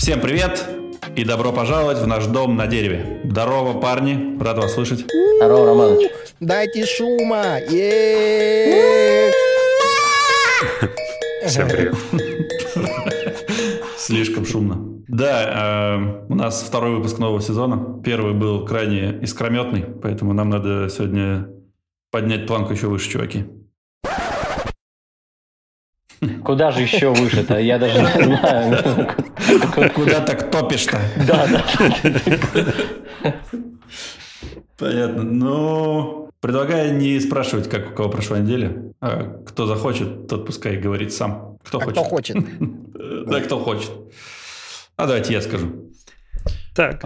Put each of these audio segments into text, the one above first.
Всем привет и добро пожаловать в наш дом на дереве. Здорово, парни, рад вас слышать. Здорово, Романыч. Дайте шума! Всем привет. Слишком шумно. Да, у нас второй выпуск нового сезона. Первый был крайне искрометный, поэтому нам надо сегодня поднять планку еще выше, чуваки. Куда же еще выше-то? Я даже не знаю. Куда так топишь-то? Да. Понятно. Ну, предлагаю не спрашивать, как у кого прошла неделя. А кто захочет, тот пускай говорит сам. Кто хочет. Да, кто хочет. А давайте я скажу. Так.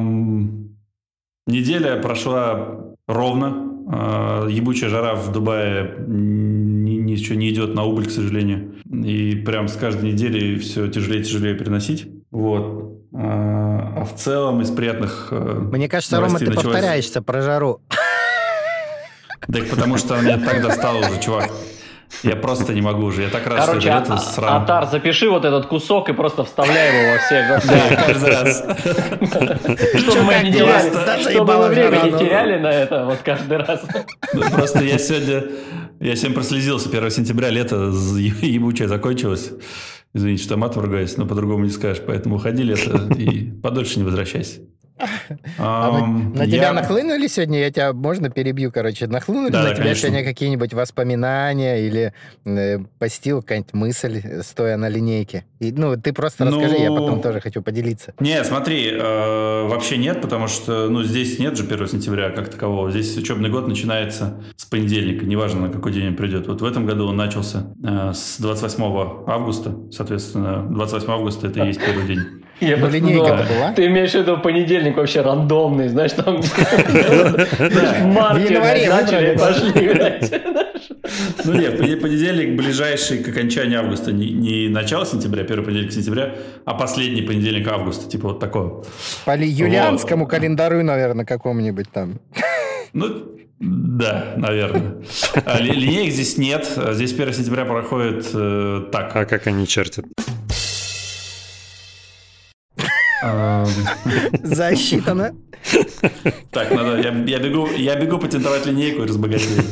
Неделя прошла ровно. Ебучая жара в Дубае ничего не идет на убыль, к сожалению. И прям с каждой недели все тяжелее и тяжелее переносить. Вот. А в целом из приятных Мне кажется, Рома, ты повторяешься про жару. Да потому что меня так достало уже, чувак. Я просто не могу уже. Я так рад, короче, что это срам. Атар, запиши вот этот кусок и просто вставляй его во все. Да, каждый раз. Чтобы мы не теряли. Чтобы мы время не теряли на это вот каждый раз. Просто я сегодня прослезился. 1 сентября лето ебучее закончилось. Извините, что матом ругаюсь, но по-другому не скажешь. Поэтому уходи лето и подольше не возвращайся. На тебя нахлынули сегодня? Я тебя, можно перебью, короче? Нахлынули на тебя сегодня какие-нибудь воспоминания или постил какая-нибудь мысль, стоя на линейке? Ты просто расскажи, я потом тоже хочу поделиться. Не, смотри, вообще нет, потому что здесь нет же 1 сентября как такового. Здесь учебный год начинается с понедельника, неважно, на какой день он придет. Вот в этом году он начался с 28 августа, соответственно, 28 августа это и есть первый день. Линейка-то была? Ты имеешь в виду понедельник вообще рандомный, знаешь, там в марте начали и пошли, блядь. Нет, понедельник ближайший к окончанию августа, не начало сентября, первый понедельник сентября, а последний понедельник августа, типа вот такого. По юлианскому календарю, наверное, какому-нибудь там. Да, наверное. Линеек здесь нет, здесь 1 сентября проходит так. А как они чертят? Засчитано. Так, надо. Я бегу патентовать линейку и разбогатеть.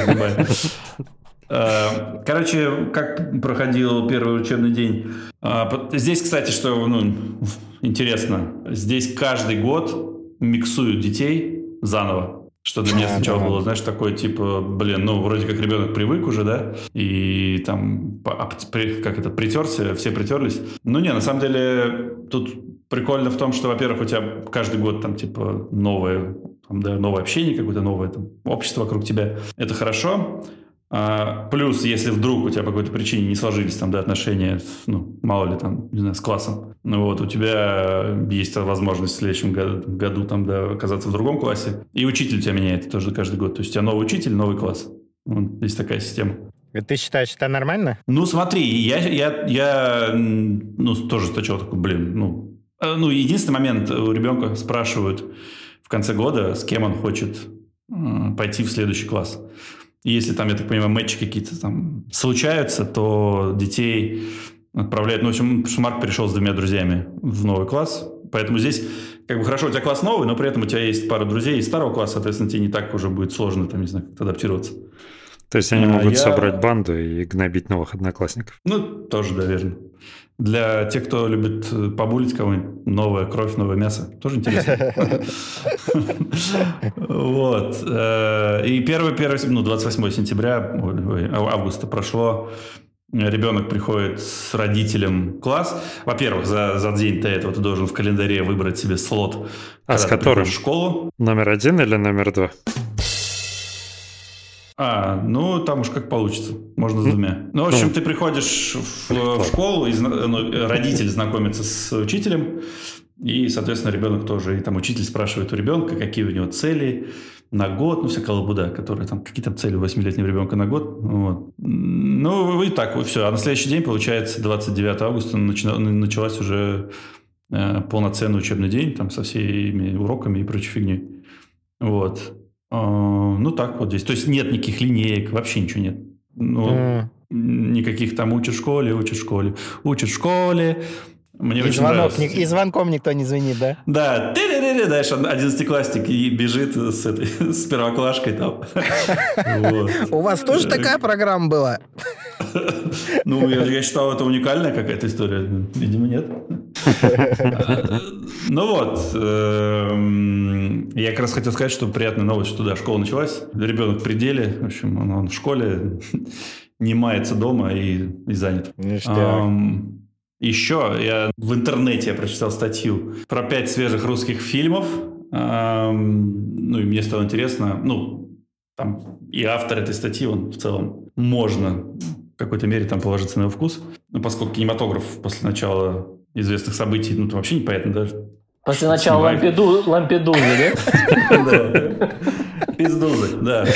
Короче, как проходил первый учебный день? Здесь, кстати, что интересно, здесь каждый год миксуют детей заново. Что для меня сначала было, знаешь, такое, типа, вроде как ребенок привык уже, да, и там, притерся, все притерлись. На самом деле, тут прикольно в том, что, во-первых, у тебя каждый год там, типа, новое общение какое-то, новое там, общество вокруг тебя. Это хорошо. Плюс, если вдруг у тебя по какой-то причине не сложились там, да, отношения, мало ли там, не знаю, с классом, у тебя есть возможность в следующем году там, да, оказаться в другом классе. И учитель у тебя меняется тоже каждый год. То есть у тебя новый учитель, новый класс. Вот здесь такая система. Ты считаешь, это нормально? Смотри, я тоже сначала такой, единственный момент, у ребенка спрашивают в конце года, с кем он хочет пойти в следующий класс. И если там, я так понимаю, матчи какие-то там случаются, то детей отправляют... потому что Марк перешел с 2 друзьями в новый класс. Поэтому здесь хорошо, у тебя класс новый, но при этом у тебя есть пара друзей из старого класса, соответственно, тебе не так уже будет сложно, там, не знаю, как-то адаптироваться. То есть они могут собрать банду и гнобить новых одноклассников? Тоже, наверное. Для тех, кто любит побулить кого-нибудь, новая кровь, новое мясо. Тоже интересно. Вот. И 28 сентября, августа прошло, ребенок приходит с родителем в класс. Во-первых, за день до этого ты должен в календаре выбрать себе слот. А с которым? В школу. Номер 1 или номер 2? Там уж как получится. Можно с 2. В общем, ты приходишь в школу, и родитель знакомится с учителем, и, соответственно, ребенок тоже. И там учитель спрашивает у ребенка, какие у него цели на год, всякая лабуда, которые там, какие там цели у 8-летнего ребенка на год. Вот. И так, все. А на следующий день, получается, 29 августа началась уже полноценный учебный день, там, со всеми уроками и прочей фигней. Вот. Так вот здесь. То есть нет никаких линеек, вообще ничего нет. Никаких там учат в школе. Мне очень нравилось. И звонком никто не звонит, да? Да, знаешь, 11-классник и бежит с первоклашкой там. У вас тоже такая программа была? Ну, я считал, это уникальная какая-то история. Видимо, нет. Ну вот, я как раз хотел сказать, что приятная новость, что да, школа началась. Ребенок в пределе, в общем, он в школе, не мается дома и занят. Еще я в интернете прочитал статью про 5 свежих русских фильмов. Ну, и мне стало интересно. Ну, там и автор этой статьи, он в целом можно в какой-то мере там положиться на его вкус. Но поскольку кинематограф после начала известных событий, ну, там вообще непонятно даже. После начала Лампедузы, да? Да. Пиздузы, да.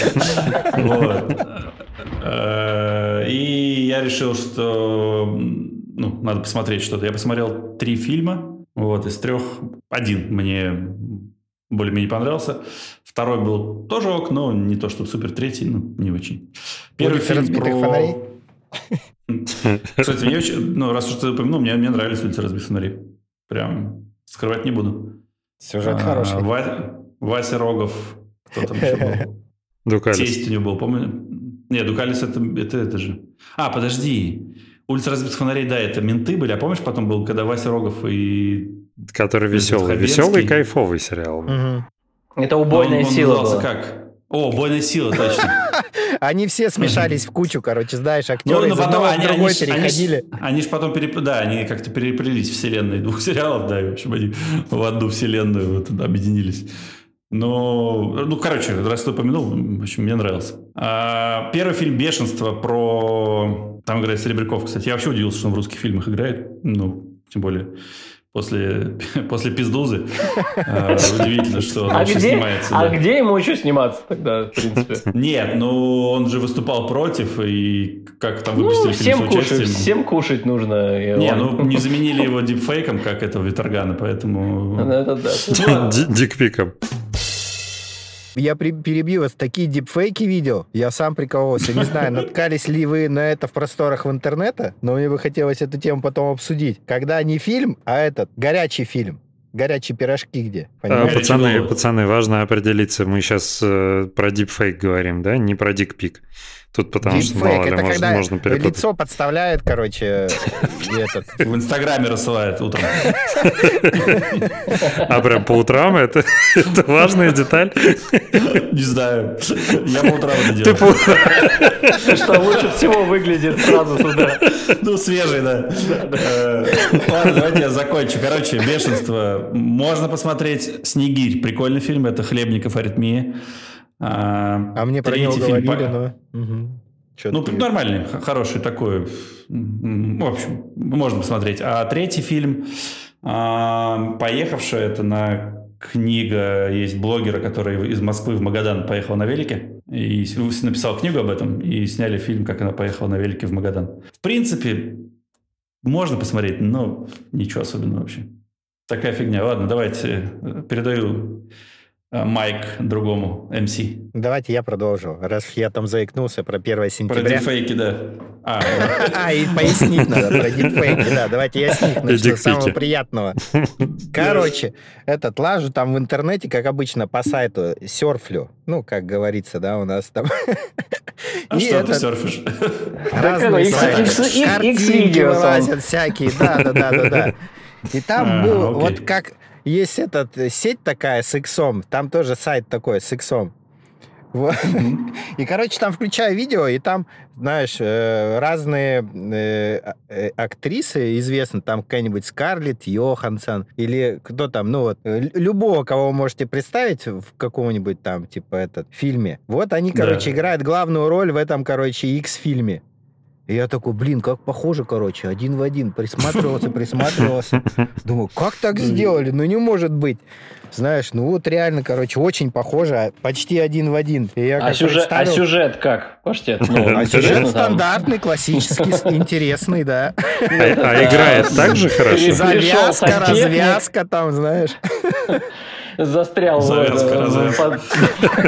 И я решил, что надо посмотреть что-то. Я посмотрел 3 фильма. Вот, из 3 один мне более-менее понравился. Второй был тоже ок, но не то, чтобы супер. Третий, не очень. Первый фильм разбитых фонарей. Кстати, мне очень... раз уж ты упомянул, мне нравились «Улицы разбитых фонарей». Прям скрывать не буду. Сюжет хороший. Вася Рогов. Кто там еще был? Дукалис. Тесть у него был, помню? Нет, Дукалис это же... Подожди. «Улица разбитых фонарей», да, это менты были. А помнишь, потом был, когда Вася Рогов и... Который веселый. Веселый, кайфовый сериал. Это «Убойная сила» была. была. Как? «Убойная сила», точно. Они все смешались в кучу, короче, знаешь, актеры из одного в другой переходили. Они же потом они как-то переплелись вселенной 2 сериалов, да, и, в общем, они в одну вселенную вот объединились. Короче, раз ты упомянул, в общем, мне нравился. Первый фильм «Бешенство» про... Там играет Серебряков, кстати. Я вообще удивился, что он в русских фильмах играет. Тем более после «Пиздузы». Удивительно, что он вообще снимается. А где ему еще сниматься тогда, в принципе? Нет, он же выступал против, и как там выпустили фильм с участием. Всем кушать нужно. Не заменили его дипфейком, как этого Витергана, поэтому... Это да. Дикпиком. Я перебью вас, такие дипфейки видел, я сам прикололся. Не знаю, наткались ли вы на это в просторах в интернете, но мне бы хотелось эту тему потом обсудить. Когда не фильм, а горячий фильм. Горячие пирожки где? Пацаны, важно определиться. Мы сейчас про дипфейк говорим, да? Не про дикпик. Тут потому что мало ли можно перепутать. Лицо подставляет, короче, в Инстаграме рассылает утром. А прям по утрам? Это важная деталь? Не знаю. Я по утрам это делаю. Что лучше всего выглядит сразу с утра. Свежий, да. Ладно, давайте я закончу. Короче, «Бешенство». Можно посмотреть. «Снегирь». Прикольный фильм. Это Хлебников, «Аритмия». А мне про него говорили, но... Нормальный, хороший такой. В общем, можно посмотреть. А третий фильм «Поехавшая», это книга, есть блогера, который из Москвы в Магадан поехал на велике, и написал книгу об этом, и сняли фильм, как она поехала на велике в Магадан. В принципе, можно посмотреть, но ничего особенного вообще. Такая фигня. Ладно, давайте, передаю... майк другому МС. Давайте я продолжу. Раз я там заикнулся про 1 сентября. Про дипфейки, да. И пояснить надо про дипфейки, да. Давайте я с них начну, самого приятного. Короче, лажу там в интернете, как обычно, по сайту серфлю. Как говорится, да, у нас там. А что ты серфишь? Разные сайты. Картинки вылазят всякие, да. И там был, вот как... Есть сеть такая с иксом, там тоже сайт такой с иксом. Вот. И, короче, там включаю видео, и там, знаешь, разные актрисы известны, там какая-нибудь Скарлетт Йоханссон, или кто там, любого, кого вы можете представить в каком-нибудь там, фильме. Вот они, играют главную роль в этом, Икс-фильме. И я такой, как похоже, один в один. Присматривался. Думаю, как так сделали? Не может быть. Знаешь, реально, очень похоже, почти один в один. И я сюжет как, Паштет? Сюжет стандартный, классический, интересный, да. А играет так же хорошо? Завязка, развязка там, знаешь. Застрял. Завязка.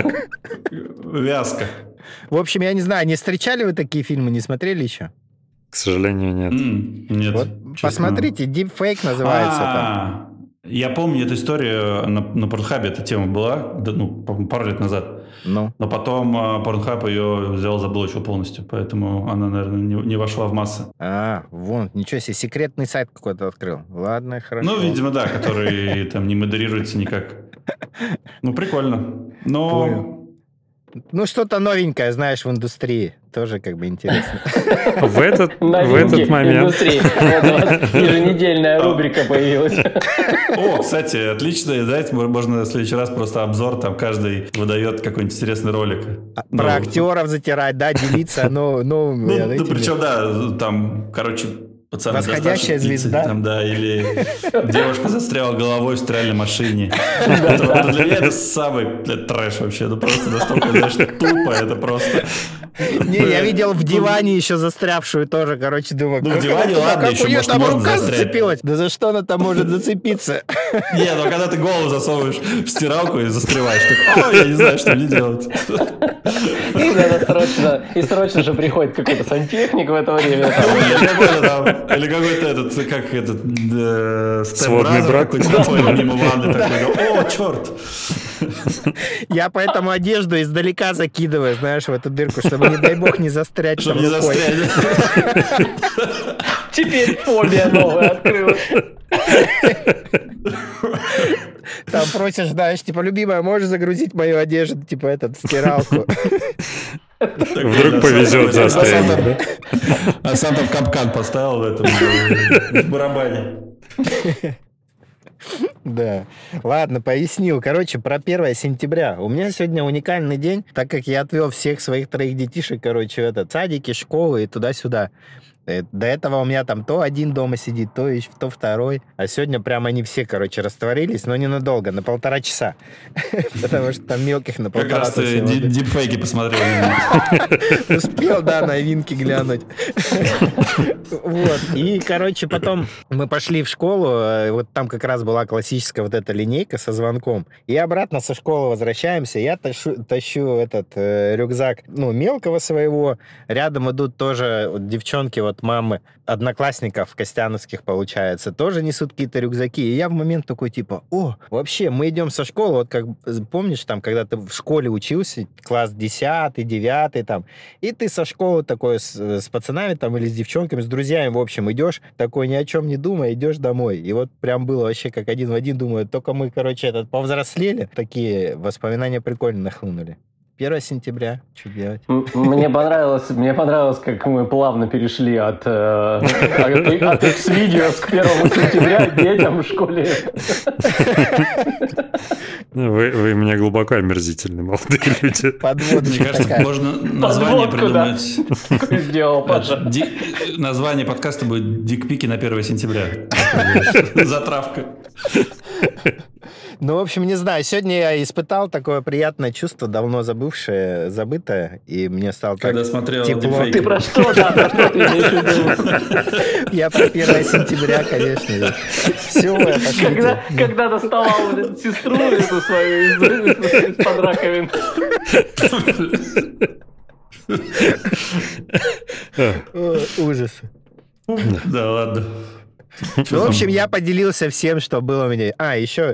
Вязка. В общем, я не знаю, не встречали вы такие фильмы, не смотрели еще? К сожалению, нет. Нет. Вот посмотрите, deepfake называется там. Я помню эту историю, на Pornhub эта тема была, пару лет назад. Но потом Pornhub ее заблочил полностью, поэтому она, наверное, не вошла в массы. Вон, ничего себе, секретный сайт какой-то открыл. Ладно, хорошо. Видимо, да, который там не модерируется никак. Прикольно. Но... что-то новенькое, знаешь, в индустрии. Тоже как бы интересно. В этот момент... Еженедельная рубрика появилась. Кстати, отлично. Знаете, можно в следующий раз просто обзор, там каждый выдает какой-нибудь интересный ролик. Про актеров затирать, да, делиться. Причем, да, там, короче... Пацаны, восходящая звезда. Там, да, или девушка застряла головой в стиральной машине. Для меня это самый трэш вообще. Это просто настолько, знаешь, тупо. Это просто... Не, я видел в диване еще застрявшую тоже, короче, думаю... в диване ладно, еще, может, там можно рука застрять. зацепилась? Да за что она там может зацепиться? Не, когда ты голову засовываешь в стиралку и застреваешь, так, я не знаю, что мне делать. И срочно же приходит какой-то сантехник в это время. Или какой-то сводный брат какой-то мимо ванны такой, черт. Я поэтому одежду издалека закидываю, знаешь, в эту дырку, чтобы, не дай бог, не застрять. Чтобы не застрять. Теперь фобия новая открылась. Там просишь, знаешь, типа, любимая, можешь загрузить мою одежду, типа, стиралку. Вдруг повезет застрелить. А сам там капкан поставил в этом в барабане. Да. Ладно, пояснил. Короче, про 1 сентября. У меня сегодня уникальный день, так как я отвел всех своих 3 детишек, короче, садики, школы и туда-сюда. До этого у меня там то один дома сидит, то второй. А сегодня прям они все, короче, растворились, но ненадолго, на 1,5 часа. Потому что там мелких на 1,5 часа. Как раз ты дипфейки посмотрел. Успел, да, новинки глянуть. Вот. И, короче, потом мы пошли в школу, вот там как раз была классическая вот эта линейка со звонком. И обратно со школы возвращаемся, я тащу этот рюкзак, мелкого своего. Рядом идут тоже девчонки, вот мамы одноклассников костяновских, получается, тоже несут какие-то рюкзаки. И я в момент такой, типа, вообще, мы идем со школы, вот как, помнишь, там, когда ты в школе учился, класс 10, 9, там, и ты со школы такой с пацанами, там, или с девчонками, с друзьями, в общем, идешь, такой ни о чем не думая, идешь домой. И вот прям было вообще как один в один, думаю, только мы, короче, повзрослели, такие воспоминания прикольно нахлынули. 1 сентября, что делать? Мне понравилось, как мы плавно перешли от X-видео к 1 сентября детям в школе. Вы мне глубоко омерзительны, молодые люди. Подводочка. Мне кажется, можно название придумать. Сделал Паша. Название подкаста будет «Дикпики на 1 сентября». Затравка. В общем, не знаю, сегодня я испытал такое приятное чувство, давно забытое, и мне стало когда так смотрел тепло. дипфейки. Ты про что, да, про что ты имеешь в виду? Я про 1 сентября, конечно. Все, я пошутил. Когда доставал сестру эту свою из-под раковин. Ужас. Да, ладно. В общем, я поделился всем, что было у меня. Еще,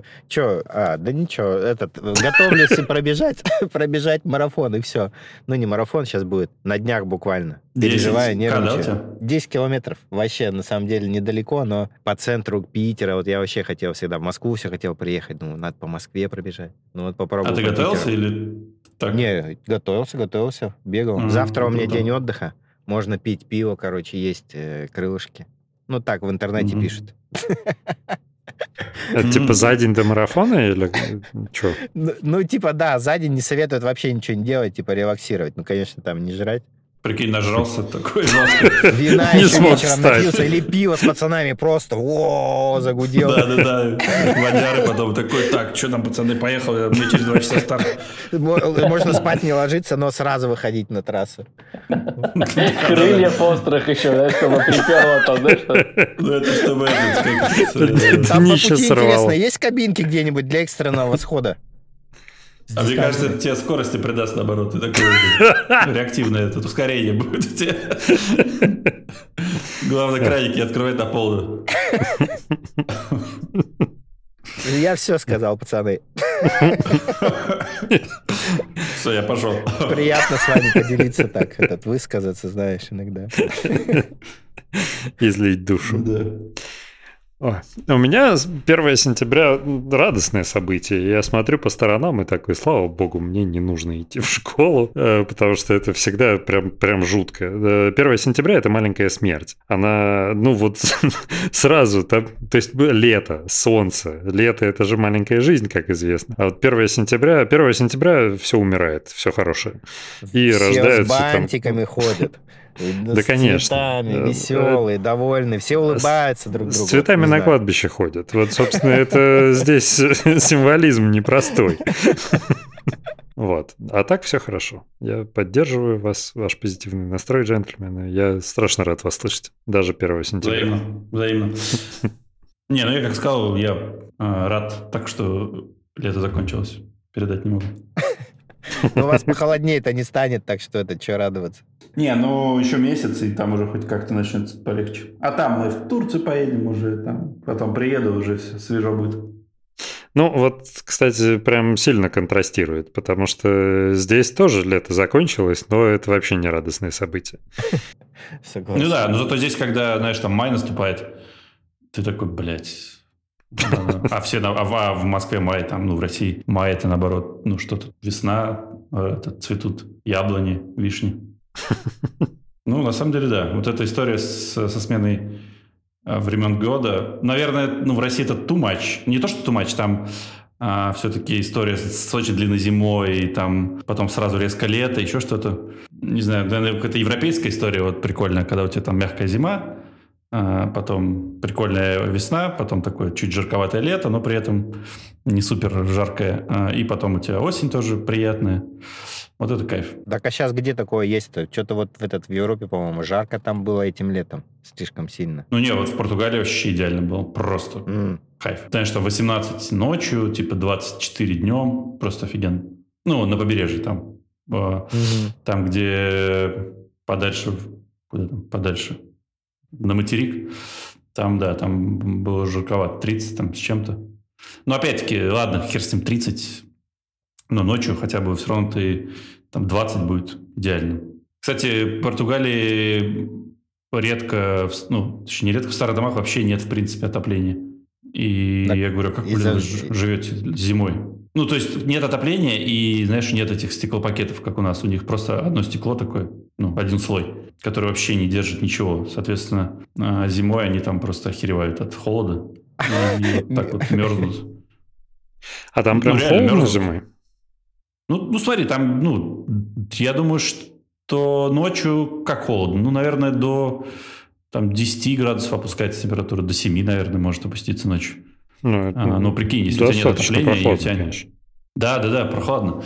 готовлюсь пробежать марафон, и все. Не марафон сейчас будет, на днях буквально. Переживаю, нервничаю. 10 километров. Вообще, на самом деле, недалеко, но по центру Питера. Вот я вообще хотел всегда в Москву хотел приехать. Надо по Москве пробежать. Попробую. А ты готовился или так? Не, готовился, бегал. Завтра у меня день отдыха. Можно пить пиво, короче, есть крылышки. Так в интернете пишут. Это типа за день до марафона или что? Типа да, за день не советуют вообще ничего не делать, типа релаксировать. Конечно, там не жрать. Прикинь, нажрался такой жестко. Вина еще вечером напился, или пиво с пацанами просто загудел. Да. Водяры потом такой, так, что там, пацаны, поехали, мне через 2 часа старт. Можно спать не ложиться, но сразу выходить на трассу. Крылья в острых еще, знаешь, чтобы приперло там, знаешь, что? Это чтобы... Там по пути интересно, есть кабинки где-нибудь для экстренного схода? А мне кажется, это тебе скорости придаст, наоборот. Ты такой реактивное это ускорение будет у тебя. Главное, краники открывать на полную. Я все сказал, пацаны. Все, я пошел. Приятно с вами поделиться так, высказаться, знаешь, иногда. Излить душу. Да. У меня 1 сентября радостное событие. Я смотрю по сторонам и такой, слава богу, мне не нужно идти в школу, потому что это всегда прям жутко. 1 сентября — это маленькая смерть. Она, сразу, то есть лето, солнце. Лето — это же маленькая жизнь, как известно. А вот 1 сентября все умирает, все хорошее. И все рождаются с бантиками ходят. Да, конечно. Цветами, веселые, довольные, все улыбаются друг другу. С цветами на кладбище ходят. Вот, собственно, это здесь символизм непростой. Вот. А так все хорошо. Я поддерживаю вас, ваш позитивный настрой, джентльмены. Я страшно рад вас слышать. Даже 1 сентября. Взаимно. Не, я как сказал, я рад так, что лето закончилось. Передать не могу. Но у вас похолоднее-то не станет, так что что радоваться? Не, еще месяц, и там уже хоть как-то начнется полегче. А там мы в Турцию поедем уже, потом приеду, уже все свежо будет. Кстати, прям сильно контрастирует, потому что здесь тоже лето закончилось, но это вообще не радостное событие. Согласен. Ну да, но зато здесь, когда, знаешь, там май наступает, ты такой, блядь... А в Москве май, в России май — это наоборот, что-то весна, цветут яблони, вишни. На самом деле, да. Вот эта история со сменой времен года, наверное, в России это too much. Не то, что too much, там все-таки история с очень длинной зимой, и там потом сразу резко лето, еще что-то. Не знаю, наверное, какая-то европейская история вот прикольная, когда у тебя там мягкая зима, потом прикольная весна, потом такое чуть жарковатое лето, но при этом не супер жаркое. И потом у тебя осень тоже приятная. Вот это кайф. Так, а сейчас где такое есть-то? Что-то в Европе, по-моему, жарко там было этим летом. Слишком сильно. В Португалии вообще идеально было. Просто кайф. Знаешь, там 18 ночью, 24 днем. Просто офигенно. На побережье там. Там, где подальше... Куда там? Подальше. На материк. Там было жарковато. 30 там с чем-то. Но опять-таки, ладно, хер с ним 30. Но ночью хотя бы все равно там 20 будет идеально. Кстати, в Португалии редко, точнее, нередко в старых домах вообще нет, в принципе, отопления. И так, я говорю, как вы живете зимой? То есть нет отопления и, знаешь, нет этих стеклопакетов, как у нас. У них просто одно стекло такое, один слой, который вообще не держит ничего. Соответственно, зимой они там просто охеревают от холода. И вот так вот мерзнут. А там прям холодно зимой? Смотри, там, я думаю, что ночью как холодно. Наверное, до 10 градусов опускается температура, до 7, наверное, может опуститься ночью. Но прикинь, если у тебя нет отопления, и у тебя... Да, прохладно.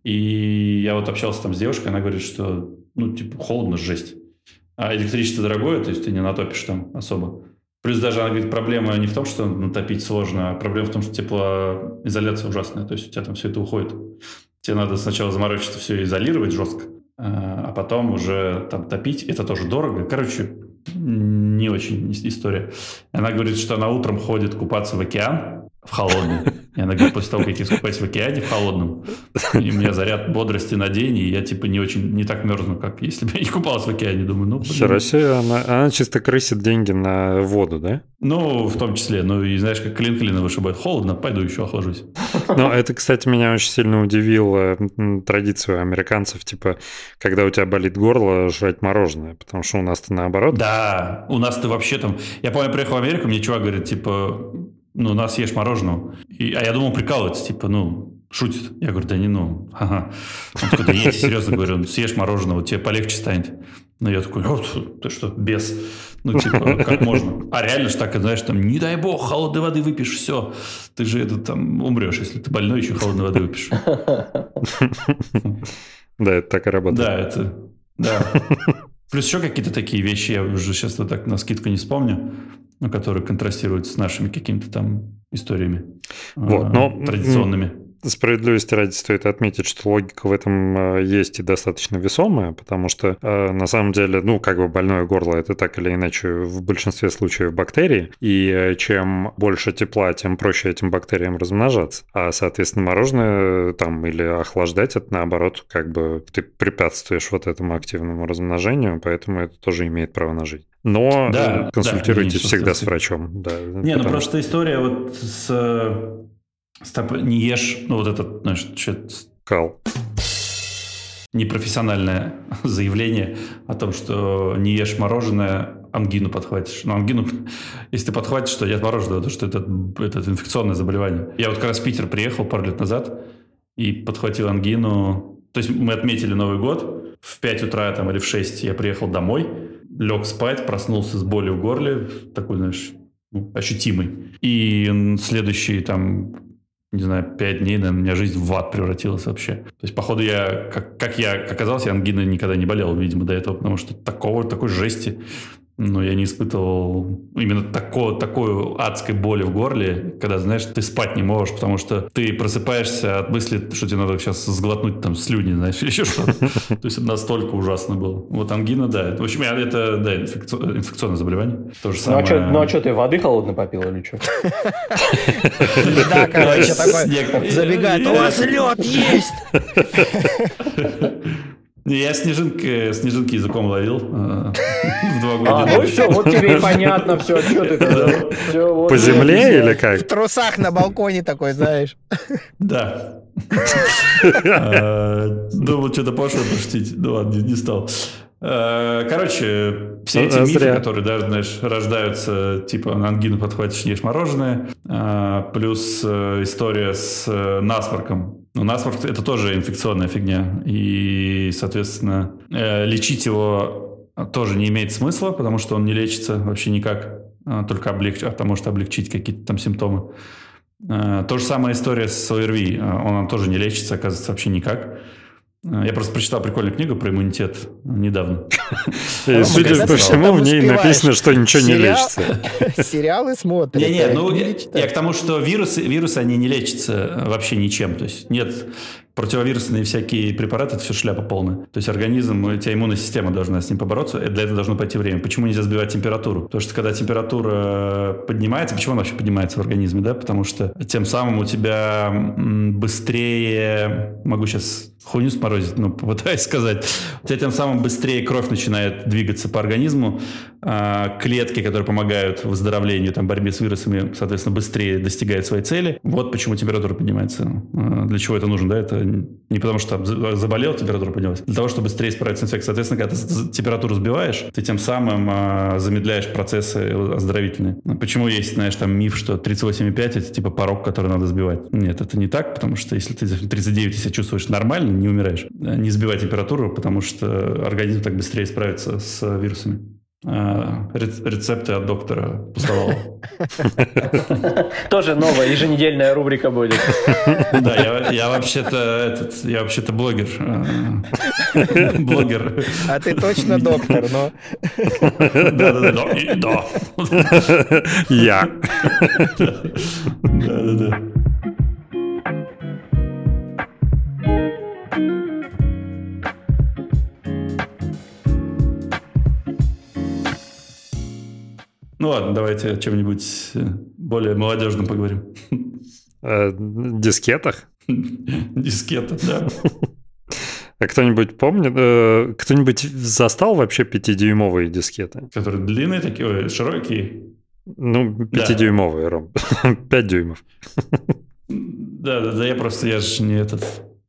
И я вот общался там с девушкой, она говорит, что, холодно, жесть. А электричество дорогое, то есть ты не натопишь там особо. Плюс даже, она говорит, проблема не в том, что натопить сложно, а проблема в том, что теплоизоляция ужасная. То есть у тебя там все это уходит. Тебе надо сначала заморочиться, все изолировать жестко, а потом уже там топить. Это тоже дорого. Короче, не очень история. Она говорит, что она утром ходит купаться в океан, в холодный. И она говорит, после того, как я искупаюсь в океане в холодном, и у меня заряд бодрости на день, и я не так мерзну, как если бы я не купалась в океане. Думаю, Россия, она чисто крысит деньги на воду, да? В том числе. И знаешь, как клин клина вышибает. Холодно, пойду еще охлажусь. Это, кстати, меня очень сильно удивило традицию американцев, когда у тебя болит горло, жрать мороженое, потому что у нас-то наоборот. Да, у нас-то вообще там... Я помню, приехал в Америку, мне чувак говорит, у нас ешь мороженого. А я думал, прикалывается, шутит. Я говорю, да не, ага. Он такой, да я тебе серьезно говорю, съешь мороженого, тебе полегче станет. Я такой, ты что, бес? Как можно? А реально же так, знаешь, не дай бог, холодной воды выпьешь, все. Ты же умрешь, если ты больной, еще холодной воды выпьешь. Да, это так и работает. Да. Плюс еще какие-то такие вещи, я уже сейчас так на скидку не вспомню, которые контрастируют с нашими какими-то там историями традиционными. справедливости ради стоит отметить, что логика в этом есть и достаточно весомая, потому что на самом деле, больное горло – это так или иначе в большинстве случаев бактерии, и чем больше тепла, тем проще этим бактериям размножаться. А, соответственно, мороженое там или охлаждать – это наоборот, ты препятствуешь вот этому активному размножению, поэтому это тоже имеет право на жизнь. Но консультируйтесь всегда с врачом. Да, просто история вот не ешь, кал. Непрофессиональное заявление о том, что не ешь мороженое, ангину подхватишь. Но ангину, если ты подхватишь, то не от мороженого, то что это инфекционное заболевание. Я вот как раз в Питер приехал пару лет назад и подхватил ангину. То есть мы отметили Новый год. В 5 утра или в 6 я приехал домой, лег спать, проснулся с болью в горле, такой, ощутимый. И следующие 5 дней, наверное, у меня жизнь в ад превратилась вообще. То есть, походу, как оказалось, я ангиной никогда не болел, видимо, до этого, потому что такой жести, я не испытывал именно такой адской боли в горле, когда, знаешь, ты спать не можешь, потому что ты просыпаешься от мысли, что тебе надо сейчас сглотнуть слюни, знаешь, или еще что-то. То есть, это настолько ужасно было. Вот ангина, да. В общем, это, инфекционное заболевание. То же самое. А что, ты воды холодной попил или что? Да, короче, такой забегает. У вас лед есть! Я снежинки языком ловил в 2 года. Все, вот тебе и понятно все, что ты там. По земле или как? В трусах на балконе такой, знаешь. Да. Думал, что-то пошло пошутить. Ну ладно, не стал. Короче, все эти мифы, которые даже, знаешь, рождаются, типа на ангину подхватишь, ешь мороженое, плюс история с насморком. Насморк – это тоже инфекционная фигня. И, соответственно, лечить его тоже не имеет смысла, потому что он не лечится вообще никак, только может облегчить какие-то там симптомы. То же самая история с ОРВИ. Он тоже не лечится, оказывается, вообще никак. Я просто прочитал прикольную книгу про иммунитет недавно. И, судя по всему, в ней написано, что ничего не лечится. Сериалы смотрят. Я к тому, что вирусы, они не лечатся вообще ничем. То есть нет, противовирусные всякие препараты, это все шляпа полная. То есть организм, у тебя иммунная система должна с ним побороться, и для этого должно пойти время. Почему нельзя сбивать температуру? Потому что когда температура поднимается, почему она вообще поднимается в организме? Да? Потому что тем самым у тебя быстрее, могу сейчас хуйню сморозить, попытаюсь сказать, у тебя тем самым быстрее кровь начинает двигаться по организму, клетки, которые помогают выздоровлению, борьбе с вирусами, соответственно, быстрее достигают своей цели. Вот почему температура поднимается. Для чего это нужно, да? Это не потому, что заболел, температура поднялась. Для того, чтобы быстрее справиться с инфекцией. Соответственно, когда ты температуру сбиваешь, ты тем самым замедляешь процессы оздоровительные. Почему есть, знаешь, миф, что 38,5 это типа порог, который надо сбивать? Нет, это не так, потому что если ты 39 себя чувствуешь нормально, не умираешь. Не сбивай температуру, потому что организм так быстрее справится с вирусами. Рецепты от доктора Пустовалова. Тоже новая еженедельная рубрика будет. Да, я вообще-то блогер. Блогер. А ты точно доктор, но... Да. Я. Да. Ну ладно, давайте о чем-нибудь более молодежном поговорим. Дискетах? Дискетах, да. А кто-нибудь помнит, кто-нибудь застал вообще 5-дюймовые дискеты? Которые длинные такие, широкие? 5-дюймовые, Ром. 5 дюймов. Да, я же не этот...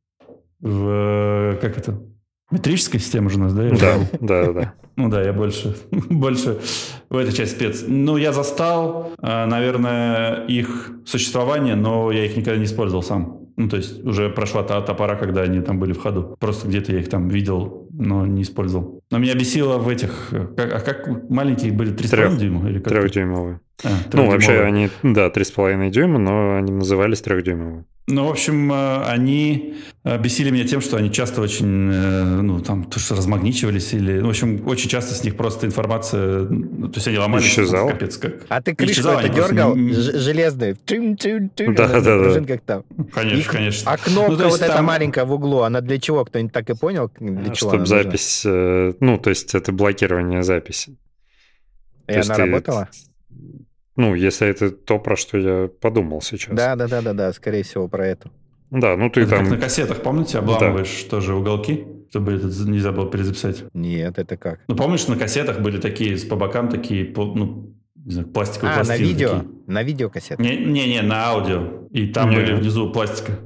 Как это? Метрическая система же у нас, да? Да. Ну да, я больше в этой части спец. Я застал, наверное, их существование, но я их никогда не использовал сам. То есть уже прошла та пора, когда они там были в ходу. Просто где-то я их там видел, но не использовал. Но меня бесило в этих... как маленькие были? 3,5 дюйма? 3-дюймовые. Вообще они, 3,5 дюйма, но они назывались 3-дюймовые. Ну, в общем, они бесили меня тем, что они часто очень, то, что размагничивались, или, в общем, очень часто с них просто информация, то есть они ломались. Исчезала? Капец как. А ты крышку это дергал, железную? Да. Как там. Конечно. А кнопка вот эта маленькая в углу, она для чего? Кто-нибудь так и понял, для чего чтобы запись, то есть это блокирование записи. И она работала? Если это то, про что я подумал сейчас. Да, скорее всего, про это. Да, ты это там... как на кассетах, помните, обламываешь тоже уголки, чтобы это нельзя было перезаписать? Нет, это как? Помнишь, на кассетах были такие, по бокам такие, не знаю, пластиковые пластины. На видео? Такие. На видеокассетах? Не, на аудио. И там были внизу пластика.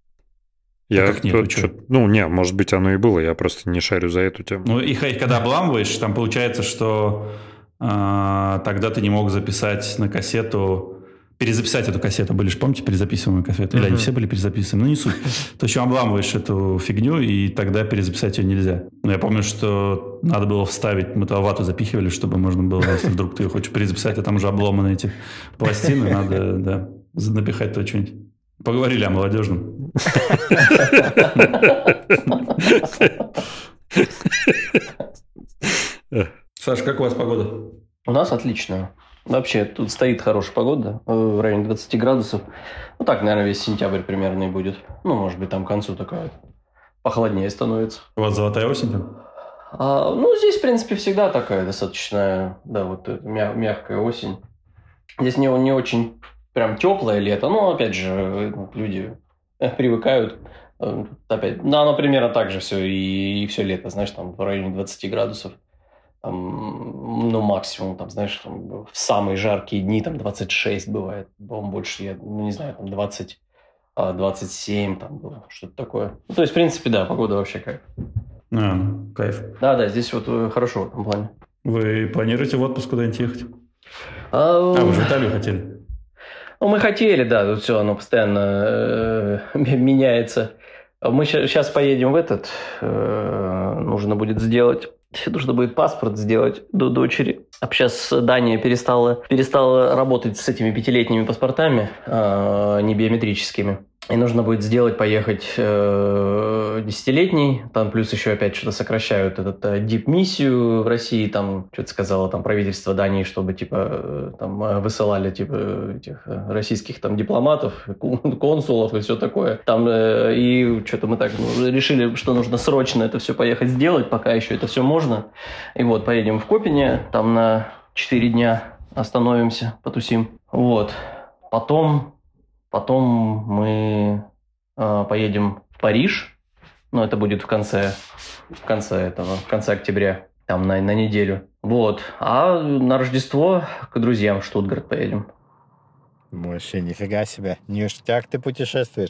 Может быть, оно и было, я просто не шарю за эту тему. Их когда обламываешь, там получается, что тогда ты не мог записать на кассету, перезаписать эту кассету. Были же, помните, перезаписываемые кассеты? Или они все были перезаписаны? Не суть. То есть обламываешь эту фигню, и тогда перезаписать ее нельзя. Но я помню, что надо было вставить, мы туда вату запихивали, чтобы можно было, если вдруг ты ее хочешь перезаписать, а там уже обломаны эти пластины, надо, напихать туда что-нибудь. Поговорили о молодежном. Саш, как у вас погода? У нас отлично. Вообще, тут стоит хорошая погода, в районе 20 градусов. Так, наверное, весь сентябрь примерно и будет. Может быть, там к концу такая похолоднее становится. У вас золотая осень там? Здесь, в принципе, всегда такая достаточно, мягкая осень. Здесь не очень прям теплое лето, но, опять же, люди привыкают. Опять, оно примерно так же все и все лето, знаешь, там в районе 20 градусов. Максимум, в самые жаркие дни, 26 бывает, по-моему, больше, не знаю, 20, 27, было что-то такое. То есть, в принципе, да, погода вообще кайф. Кайф. Да, здесь хорошо в этом плане. Вы планируете в отпуск куда-нибудь ехать? Вы же в Италию хотели. Мы хотели, да, тут все, оно постоянно меняется. Мы сейчас поедем нужно будет сделать... Нужно будет паспорт сделать до дочери. А сейчас Дания перестала работать с этими 5-летними паспортами, не биометрическими. И нужно будет поехать 10-летний. Там плюс еще опять что-то сокращают дип-миссию в России. Там что-то сказало правительство Дании, чтобы высылали этих российских дипломатов, консулов и все такое. И что-то мы решили, что нужно срочно это все поехать сделать, пока еще это все можно. И поедем в Копене, там на 4 дня остановимся, потусим. Потом мы поедем в Париж, это будет в конце октября, там на неделю. А на Рождество к друзьям в Штутгарт поедем. Вообще, нифига себе. Ништяк ты путешествуешь.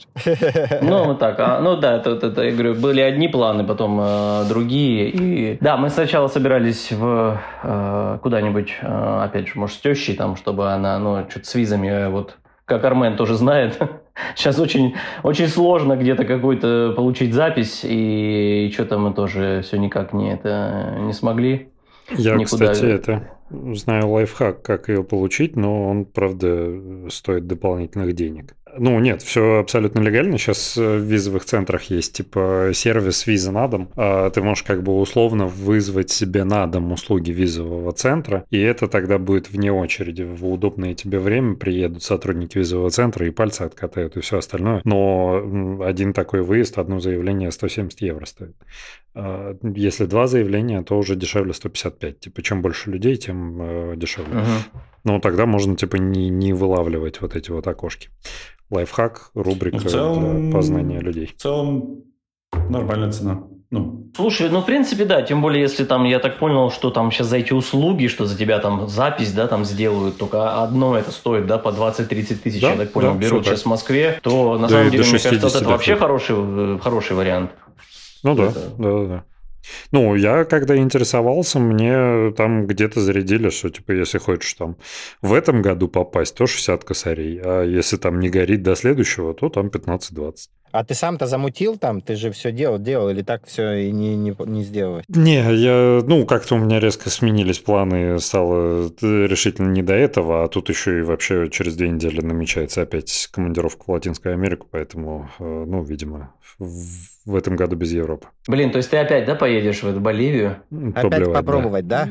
Это, я говорю, были одни планы, потом другие. И... Да, мы сначала собирались куда-нибудь, опять же, может, с тещей, чтобы она, что-то с визами, как Армен тоже знает, сейчас очень, очень сложно где-то какую-то получить запись, и что-то мы тоже все никак не смогли. Я, кстати, знаю лайфхак, как ее получить, но он, правда, стоит дополнительных денег. Нет, все абсолютно легально. Сейчас в визовых центрах есть сервис виза на дом. Ты можешь условно вызвать себе на дом услуги визового центра, и это тогда будет вне очереди. В удобное тебе время приедут сотрудники визового центра и пальцы откатают и все остальное. Но один такой выезд, одно заявление 170 евро стоит. Если 2 заявления, то уже дешевле 155. Чем больше людей, тем дешевле. Тогда можно не вылавливать эти окошки. Лайфхак, рубрика для познания людей. В целом, нормальная цена. Слушай, в принципе, да. Тем более, если я так понял, что сейчас за эти услуги, что за тебя запись, сделают, только одно это стоит, по 20-30 тысяч, я так понял, берут сейчас в Москве, то на самом деле, мне кажется, это вообще хороший вариант. Да. Я когда интересовался, мне там где-то зарядили, что если хочешь в этом году попасть, то 60 косарей, а если не горит до следующего, то 15-20. А ты сам-то замутил там? Ты же все делал, или так все и не сделалось? Не, как-то у меня резко сменились планы, стало решительно не до этого, а тут еще и вообще через 2 недели намечается опять командировка в Латинскую Америку, поэтому, видимо, в этом году без Европы. Блин, то есть ты опять, да, поедешь в эту Боливию? Опять попробовать, да?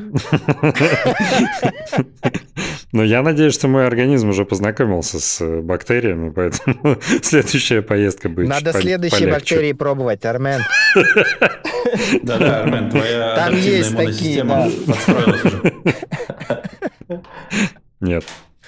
Но я надеюсь, что мой организм уже познакомился с бактериями, поэтому следующая поездка будет Надо следующие бактерии пробовать, Армен. Да, Армен, твоя там есть иммуносистема подстроилась уже. Нет.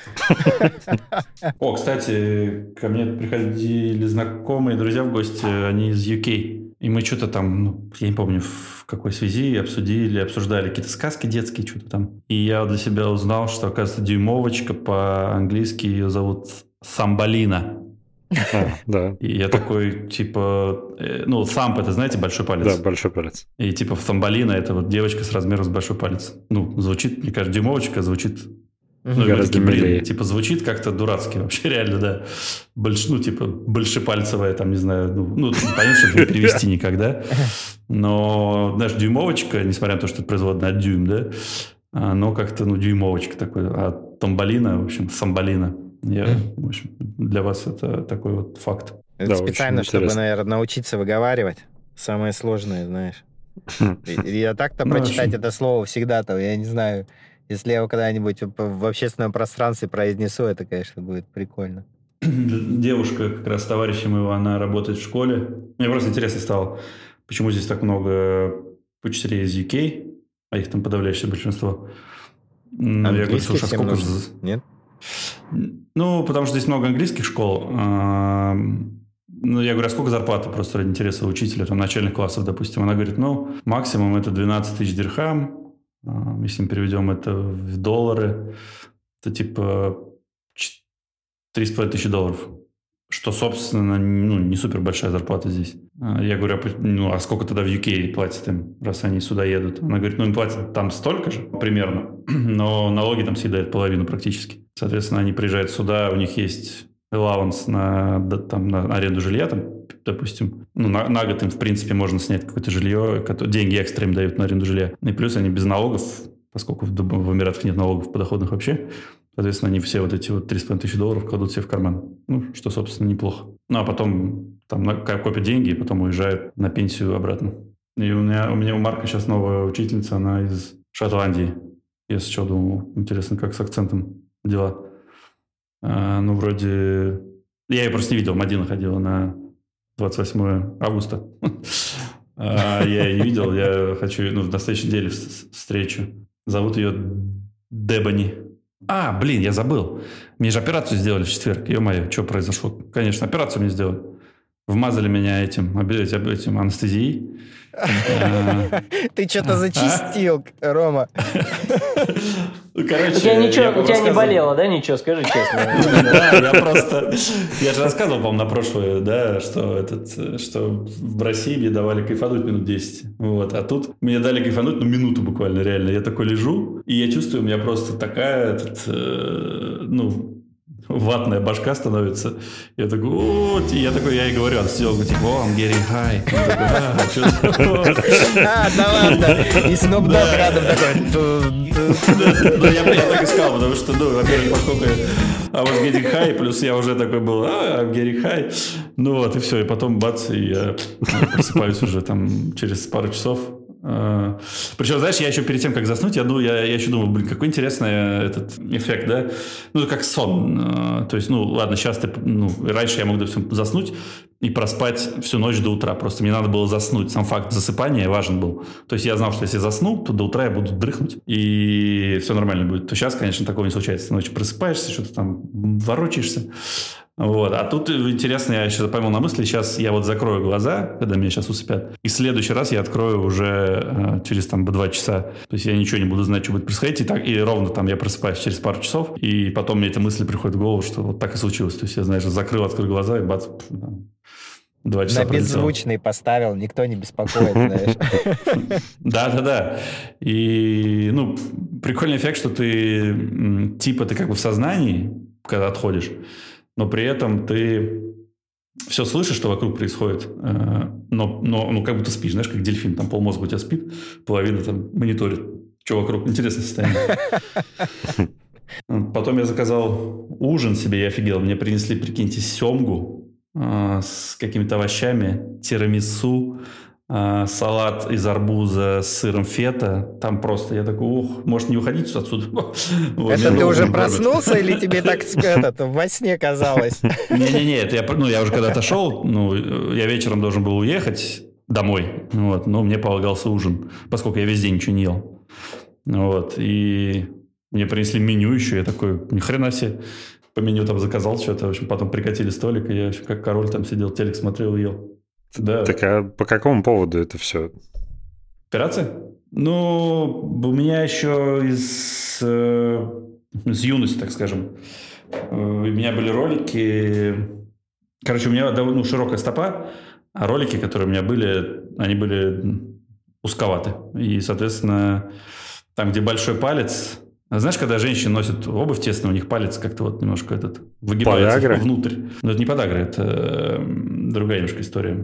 О, кстати, ко мне приходили знакомые, друзья в гости, они из UK. И мы что-то там, я не помню, в какой связи обсуждали какие-то сказки детские, что-то там. И я для себя узнал, что, оказывается, дюймовочка по-английски ее зовут Самбалина. Да. И я такой, самп, это, знаете, большой палец. Да, большой палец. И в Самбалина это вот девочка с размером с большой палец. Звучит, мне кажется, дюймовочка звучит... гораздо милее. Звучит как-то дурацки вообще, реально, да. Большепальцевая, там, не знаю, понятно, что это не перевести никогда. Но, знаешь, дюймовочка, несмотря на то, что это производная от дюйм, да, но как-то, дюймовочка такой. А Тамбалина, в общем, Самбалина. В общем, для вас это такой вот факт. Это да, специально, чтобы, наверное, научиться выговаривать. Самое сложное, знаешь. И так-то прочитать это слово всегда-то, я не знаю... Если я его когда-нибудь в общественном пространстве произнесу, это, конечно, будет прикольно. Девушка, как раз товарища моего, она работает в школе. Мне просто интересно стало, почему здесь так много учителей из UK, а их там подавляющее большинство. Я говорю, слушай, сколько... Нет? Потому что здесь много английских школ. Я говорю, а сколько зарплаты просто ради интереса учителя, там, начальных классов, допустим. Она говорит, максимум это 12 тысяч дирхам. Если мы переведем это в доллары, то 3,5 тысячи долларов. Что, собственно, не супер большая зарплата здесь. Я говорю, а сколько тогда в UK платят им, раз они сюда едут? Она говорит, им платят там столько же примерно, но налоги там съедают половину практически. Соответственно, они приезжают сюда, у них есть allowance на аренду жилья, там, допустим, на год им, в принципе, можно снять какое-то жилье, деньги экстра им дают на аренду жилья. И плюс они без налогов, поскольку в Эмиратах нет налогов подоходных вообще, соответственно, они все вот эти 3,5 тысячи долларов кладут себе в карман. Что, собственно, неплохо. А потом там копят деньги и потом уезжают на пенсию обратно. И у Марка сейчас новая учительница, она из Шотландии. Если что, думал, интересно, как с акцентом дела. Вроде... Я ее просто не видел, Мадина ходила на 28 августа. Я ее не видел, я хочу на следующей неделе встречу. Зовут ее Дебани. Я забыл. Мне же операцию сделали в четверг. Ё-моё, что произошло? Конечно, операцию мне сделали. Вмазали меня этим анестезией. Ты что-то зачистил, Рома. Короче, у тебя не болело, да, ничего, скажи честно. Я же рассказывал, по-моему, на прошлое, да, что в России мне давали кайфануть минут 10. А тут мне дали кайфануть, минуту буквально, реально. Я такой лежу, и я чувствую, у меня просто такая, ватная башка становится. Я такой, я и говорю, анестезиолог, I'm getting high. Да ладно. И Snoop Dogg рядом такой. Я так и сказал, потому что, во-первых, поскольку I was getting high, плюс я уже такой был, I'm getting high. И все, и потом бац, и я просыпаюсь уже там через пару часов. Причем, знаешь, я еще перед тем, как заснуть, я еще думал, какой интересный этот эффект, да? Как сон. То есть, ладно, сейчас раньше я мог, допустим, заснуть и проспать всю ночь до утра. Просто мне надо было заснуть. Сам факт засыпания важен был. То есть, я знал, что если я засну, то до утра я буду дрыхнуть, и все нормально будет. То сейчас, конечно, такого не случается. Ты ночью просыпаешься, что-то там ворочаешься. А тут интересно, я сейчас поймал на мысли, сейчас я закрою глаза, когда меня сейчас усыпят, и в следующий раз я открою уже через 2 часа. То есть я ничего не буду знать, что будет происходить, и ровно там я просыпаюсь через пару часов, и потом мне эта мысль приходит в голову, что вот так и случилось. То есть я, знаешь, открыл глаза, и бац, 2 часа на беззвучный поставил, никто не беспокоит, знаешь. Да. И, прикольный эффект, что ты ты как бы в сознании, когда отходишь, но при этом ты все слышишь, что вокруг происходит, но как будто спишь, знаешь, как дельфин, там полмозга у тебя спит, половина там мониторит, что вокруг, интересное состояние. Потом я заказал ужин себе, я офигел, мне принесли, прикиньте, семгу с какими-то овощами, тирамису, салат из арбуза с сыром фета. Там просто, я такой, может не уходить отсюда? Это ты уже проснулся или тебе так во сне казалось? Не-не-не, это я уже когда отошел, я вечером должен был уехать домой, но мне полагался ужин, поскольку я весь день ничего не ел. И мне принесли меню еще, я такой, ни хрена себе, по меню там заказал что-то, в общем, потом прикатили столик, и я как король там сидел, телек смотрел и ел. Да. Так а по какому поводу это все? Операция? У меня еще из юности, так скажем, у меня были ролики. Короче, у меня довольно широкая стопа, а ролики, которые у меня были, они были узковаты. И, соответственно, там, где большой палец... Знаешь, когда женщины носят обувь тесную, у них палец как-то немножко выгибается подагра? Внутрь. Но это не подагра, это другая немножко история.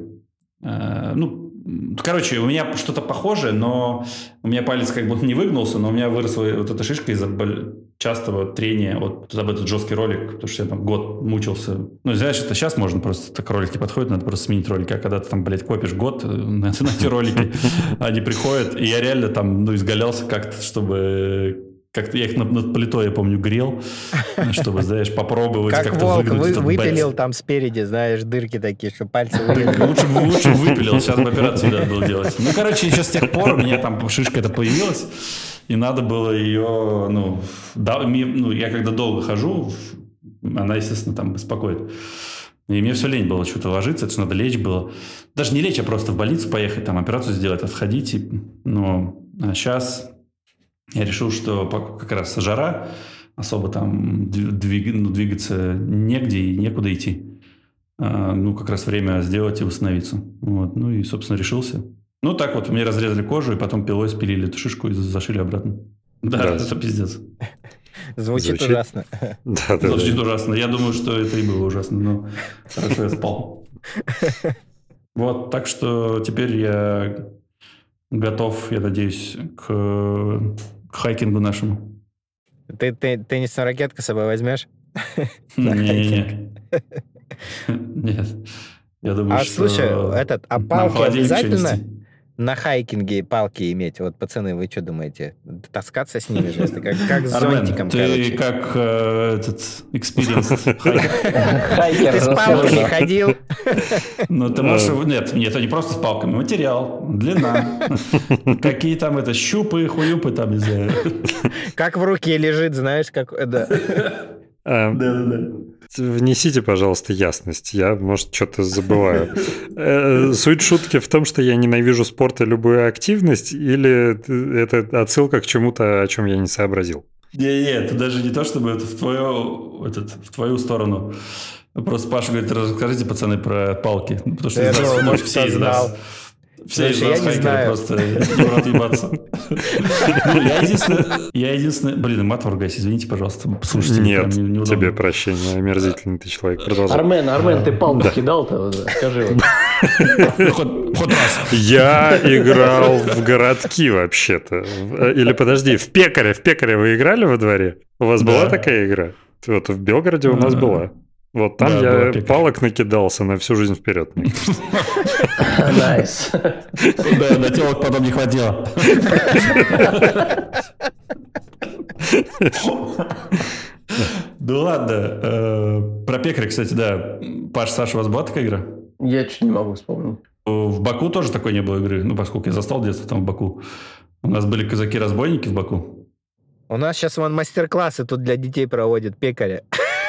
Короче, у меня что-то похожее, но у меня палец как будто не выгнулся, но у меня выросла эта шишка из-за частого трения об этот жесткий ролик, потому что я там год мучился. Знаешь, это сейчас можно просто, так ролики подходят, надо просто сменить ролики, а когда ты там, копишь год на эти ролики, они приходят, и я реально там, изгалялся как-то, чтобы... Как-то я их над плитой, я помню, грел, чтобы, знаешь, попробовать как как-то волк выгнуть этот выпилил там спереди, знаешь, дырки такие, что пальцы выгнули. Лучше выпилил, сейчас бы операцию надо было делать. Еще с тех пор у меня там шишка эта появилась, и надо было ее, я когда долго хожу, она, естественно, там беспокоит. И мне все лень было что-то ложиться, это надо лечь было. Даже не лечь, а просто в больницу поехать, там операцию сделать, отходить. А сейчас... Я решил, что как раз жара, особо там двигаться негде и некуда идти. Как раз время сделать и восстановиться. И, собственно, решился. Так вот, мне разрезали кожу, и потом пилой спилили эту шишку и зашили обратно. Да, это пиздец. Звучит ужасно. Звучит ужасно. Я думаю, что это и было ужасно, но хорошо я спал. Так что теперь я готов, я надеюсь, к хайкингу нашему. Ты теннисную ракетку с собой возьмешь? Нет. Я думаю, что... Слушай, палки обязательно на хайкинге палки иметь? Пацаны, вы что думаете? Таскаться с ними же? Это как с зонтиком, ты как экспириенс хайкер. Ты с палками ходил? Ты можешь... Нет, это не просто с палками. Материал, длина. Какие там щупы, хуюпы там, не знаю. Как в руке лежит, знаешь, как... Да. Внесите, пожалуйста, ясность. Я, может, что-то забываю. Суть шутки в том, что я ненавижу спорт и любую активность, или это отсылка к чему-то, о чем я не сообразил? Нет, это даже не то, чтобы это в твою сторону. Просто Паша говорит, расскажите, пацаны, про палки. Потому что я думал, может, все из нас... Все из нас хайкеры просто не рад ебаться. Я единственное... Блин, мат ругайся, извините, пожалуйста. Слушайте, нет, тебе прощения, омерзительный ты человек. Продолжай. Армен, ты палку кидал-то? Скажи. Хоть раз. Я играл в городки вообще-то. Или подожди, в пекаря вы играли во дворе? У вас была такая игра? В Белгороде у нас была. Там я палок накидался на всю жизнь вперед. Найс. Да, на телок потом не хватило. Да ладно. Про пекаря, кстати, да. Саша, у вас была такая игра? Я чуть не могу вспомнить. В Баку тоже такой не было игры. Поскольку я застал детство там в Баку. У нас были казаки-разбойники в Баку. У нас сейчас мастер-классы тут для детей проводят пекаря.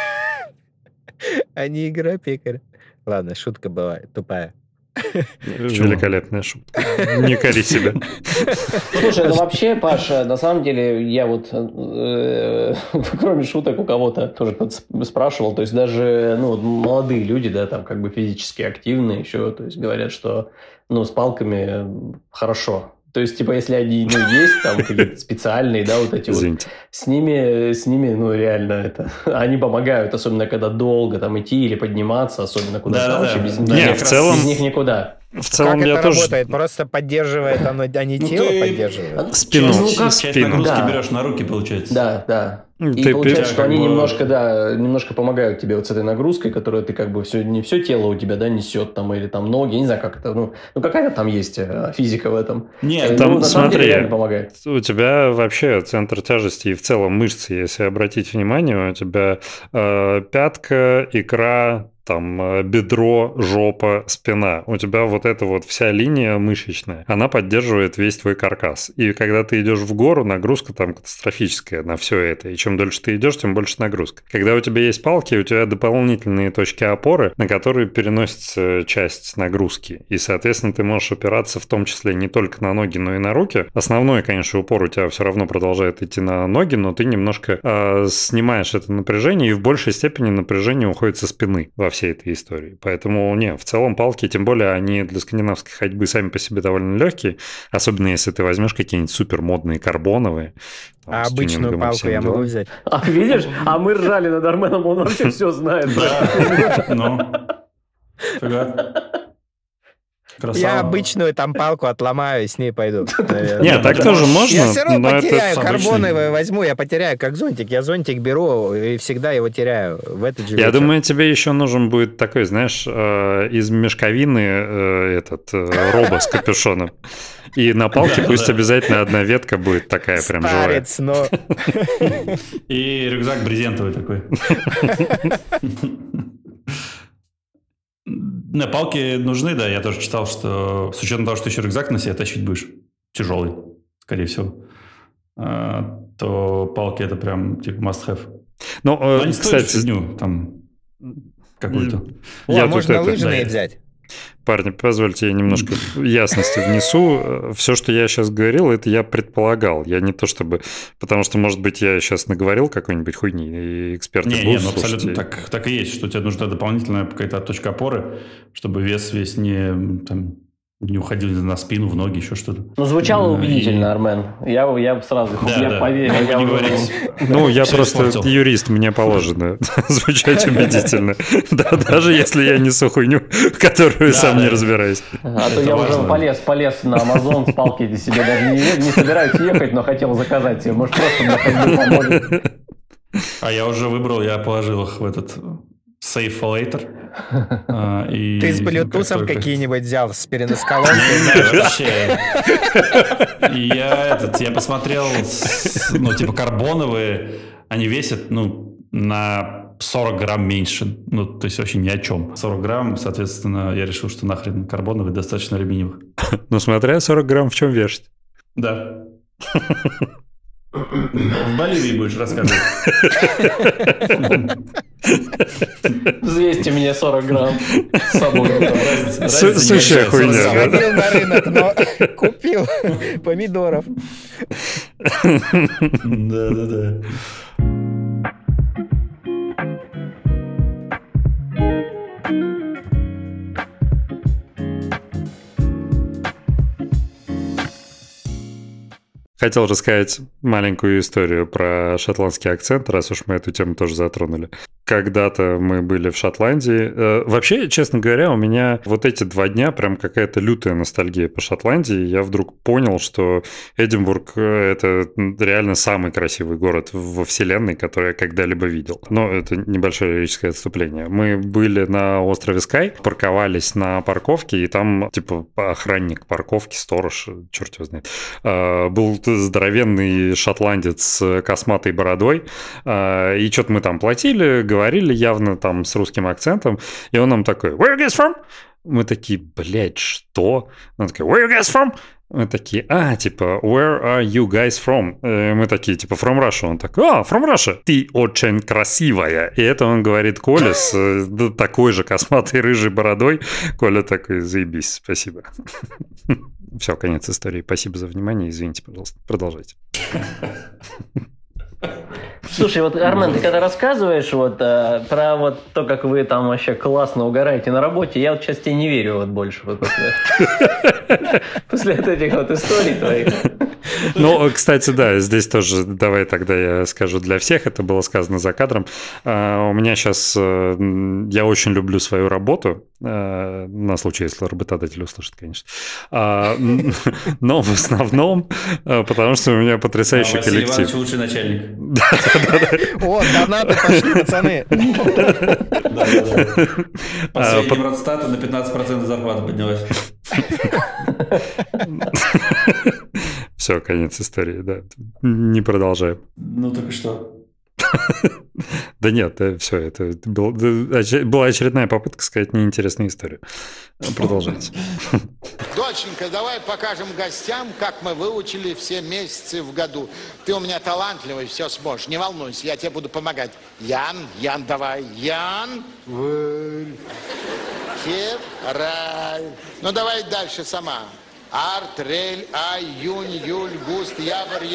А не игра пекаря. Ладно, шутка была тупая. Великолепная шутка. Не кори себя. Слушай, вообще, Паша, на самом деле, я кроме шуток у кого-то тоже кто-то спрашивал, то есть даже молодые люди, да, там как бы физически активные еще, то есть говорят, что с палками хорошо То есть, типа, если они, есть там какие-то специальные, да, вот эти Извините. вот, с ними, реально это, они помогают, особенно когда долго там идти или подниматься, особенно куда-то вообще без них никуда. В целом как я это тоже... работает? Просто поддерживает оно, они тело поддерживают? Спину. Часть нагрузки берешь на руки, получается. Да. И получается, что они немножко помогают тебе вот с этой нагрузкой, которую ты как бы не все тело у тебя, да, несет там, или там ноги, я не знаю, как это, какая-то там есть физика в этом. Нет, там, на самом деле реально помогает. У тебя вообще центр тяжести и в целом мышцы, если обратить внимание, у тебя пятка, икра, там бедро, жопа, спина. У тебя вот эта вот вся линия мышечная, она поддерживает весь твой каркас. И когда ты идешь в гору, нагрузка там катастрофическая на все это. И чем дольше ты идешь, тем больше нагрузка. Когда у тебя есть палки, у тебя дополнительные точки опоры, на которые переносится часть нагрузки. И, соответственно, ты можешь опираться в том числе не только на ноги, но и на руки. Основной, конечно, упор у тебя все равно продолжает идти на ноги, но ты немножко снимаешь это напряжение, и в большей степени напряжение уходит со спины во всей этой истории. Поэтому, в целом палки, тем более они для скандинавской ходьбы сами по себе довольно легкие, особенно если ты возьмешь какие-нибудь супер модные карбоновые. Там, обычную палку я могу взять. Видишь? А мы ржали над Арменом, он вообще все знает. Красава. Я обычную там палку отломаю и с ней пойду. Нет, так тоже можно. Я все равно потеряю, карбоновый возьму, я потеряю как зонтик. Я зонтик беру и всегда его теряю в этот же вечер. Я думаю, тебе еще нужен будет такой, знаешь, из мешковины робо с капюшоном. И на палке пусть обязательно одна ветка будет такая прям живая. Старец, но... И рюкзак брезентовый такой. Палки нужны, да. Я тоже читал, что с учетом того, что еще рюкзак на себе тащить будешь, тяжелый, скорее всего, то палки это прям типа must have. Но они кстати, стоят фигню там какую-то. Можно лыжные взять. Парни, позвольте, я немножко ясности внесу. Все, что я сейчас говорил, это я предполагал. Я не то чтобы... Потому что, может быть, я сейчас наговорил какой-нибудь хуйни, и эксперты будут слушать. Абсолютно так и есть, что у тебя нужна дополнительная какая-то точка опоры, чтобы вес весь не уходил на спину, в ноги, еще что-то. Звучало убедительно, Армен. Я сразу поверил. Я просто юрист, мне положено звучать убедительно. Даже если я несу хуйню, которую сам не разбираюсь. А то я уже полез на Amazon с палки для себя. Даже не собираюсь ехать, но хотел заказать себе. Может, просто на ходьбу поможет. А я уже выбрал, я положил их в этот... Save for later. Ты с блютусом какие-нибудь взял с переноскалом? Вообще. Я посмотрел, карбоновые, они весят, на 40 грамм меньше. То есть вообще ни о чем. 40 грамм, соответственно, я решил, что нахрен карбоновые смотря алюминиевых. Смотря 40 грамм в чем вешать. Да. В Боливии будешь рассказывать. Взвесьте мне 40 грамм с собой. Сущая хуйня. Сходил на рынок, но купил помидоров. Да. Хотел рассказать маленькую историю про шотландский акцент, раз уж мы эту тему тоже затронули. Когда-то мы были в Шотландии. Вообще, честно говоря, у меня вот эти 2 дня прям какая-то лютая ностальгия по Шотландии. Я вдруг понял, что Эдинбург – это реально самый красивый город во вселенной, который я когда-либо видел. Но это небольшое лирическое отступление. Мы были на острове Скай, парковались на парковке, и там типа охранник парковки, сторож, черт его знает, был здоровенный шотландец с косматой бородой, и что-то мы там платили, говорили явно там с русским акцентом, и он нам такой: "Where are you guys from?" Мы такие: "Блядь, что?" Он такой: "Where are you guys from?" Мы такие: типа, "Where are you guys from?" Мы такие, типа, "From Russia." Он такой: "From Russia. Ты очень красивая." И это он говорит Коле с такой же косматой рыжей бородой. Коля такой: "Заебись, спасибо." Все, конец истории. Спасибо за внимание. Извините, пожалуйста. Продолжайте. Слушай, вот, Армен, ты когда рассказываешь про вот то, как вы там вообще классно угораете на работе, я вот сейчас тебе не верю вот больше вот после этих вот историй твоих. Ну, кстати, да, здесь тоже, давай тогда я скажу для всех, это было сказано за кадром. У меня сейчас, я очень люблю свою работу, на случай, если работодатель услышит, конечно. Но в основном, потому что у меня потрясающий коллектив. Василий Иванович лучший начальник. О, донаты пошли, пацаны. Последний Росстата на 15% зарплата поднялась. Все, конец истории, да. Не продолжаем. Ну, так и что? Да нет, все, это была очередная попытка сказать неинтересную историю. Продолжайте. Доченька, давай покажем гостям, как мы выучили все месяцы в году. Ты у меня талантливый, все сможешь. Не волнуйся, я тебе буду помогать. Ян, давай. Ян, февраль. Ну, давай дальше сама. Арт, рель, ай, июнь, июль, густ, ябрь.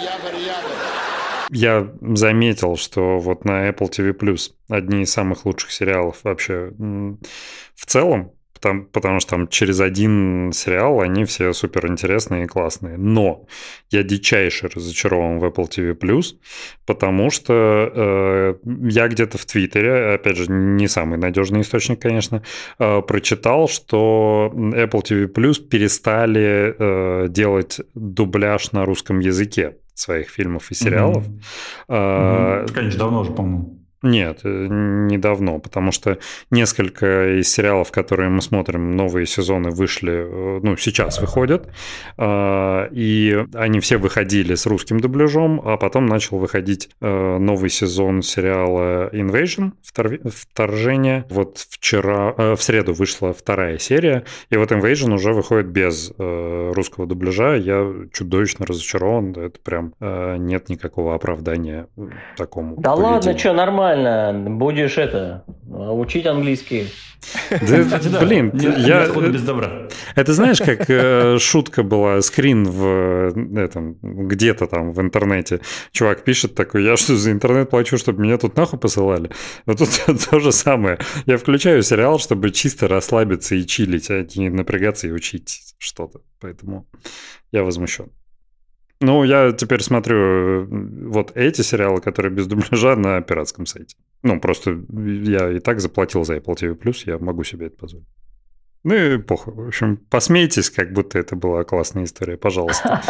Я заметил, что вот на Apple TV+ одни из самых лучших сериалов вообще в целом, потому что там через один сериал они все супер интересные и классные. Но я дичайше разочарован в Apple TV+, потому что я где-то в Твиттере, опять же, не самый надежный источник, конечно, прочитал, что Apple TV+ перестали делать дубляж на русском языке своих фильмов и сериалов. Конечно, давно уже, по-моему. Нет, недавно, потому что несколько из сериалов, которые мы смотрим, новые сезоны вышли, ну, сейчас выходят, и они все выходили с русским дубляжом, а потом начал выходить новый сезон сериала Invasion, вторжение. Вот вчера, в среду вышла вторая серия, и вот Invasion уже выходит без русского дубляжа. Я чудовищно разочарован, это прям нет никакого оправдания такому Да поведению. ладно, что, нормально, будешь учить английский. Да, кстати, да. Блин, я без добра. Это знаешь, как шутка была, скрин где-то там в интернете. Чувак пишет такой: я что, за интернет плачу, чтобы меня тут нахуй посылали? Вот тут то же самое. Я включаю сериал, чтобы чисто расслабиться и чилить, а не напрягаться и учить что-то. Поэтому я возмущен. Ну, я теперь смотрю вот эти сериалы, которые без дубляжа, на пиратском сайте. Ну, просто я и так заплатил за Apple TV+, я могу себе это позволить. Ну и похуй. В общем, посмейтесь, как будто это была классная история, пожалуйста.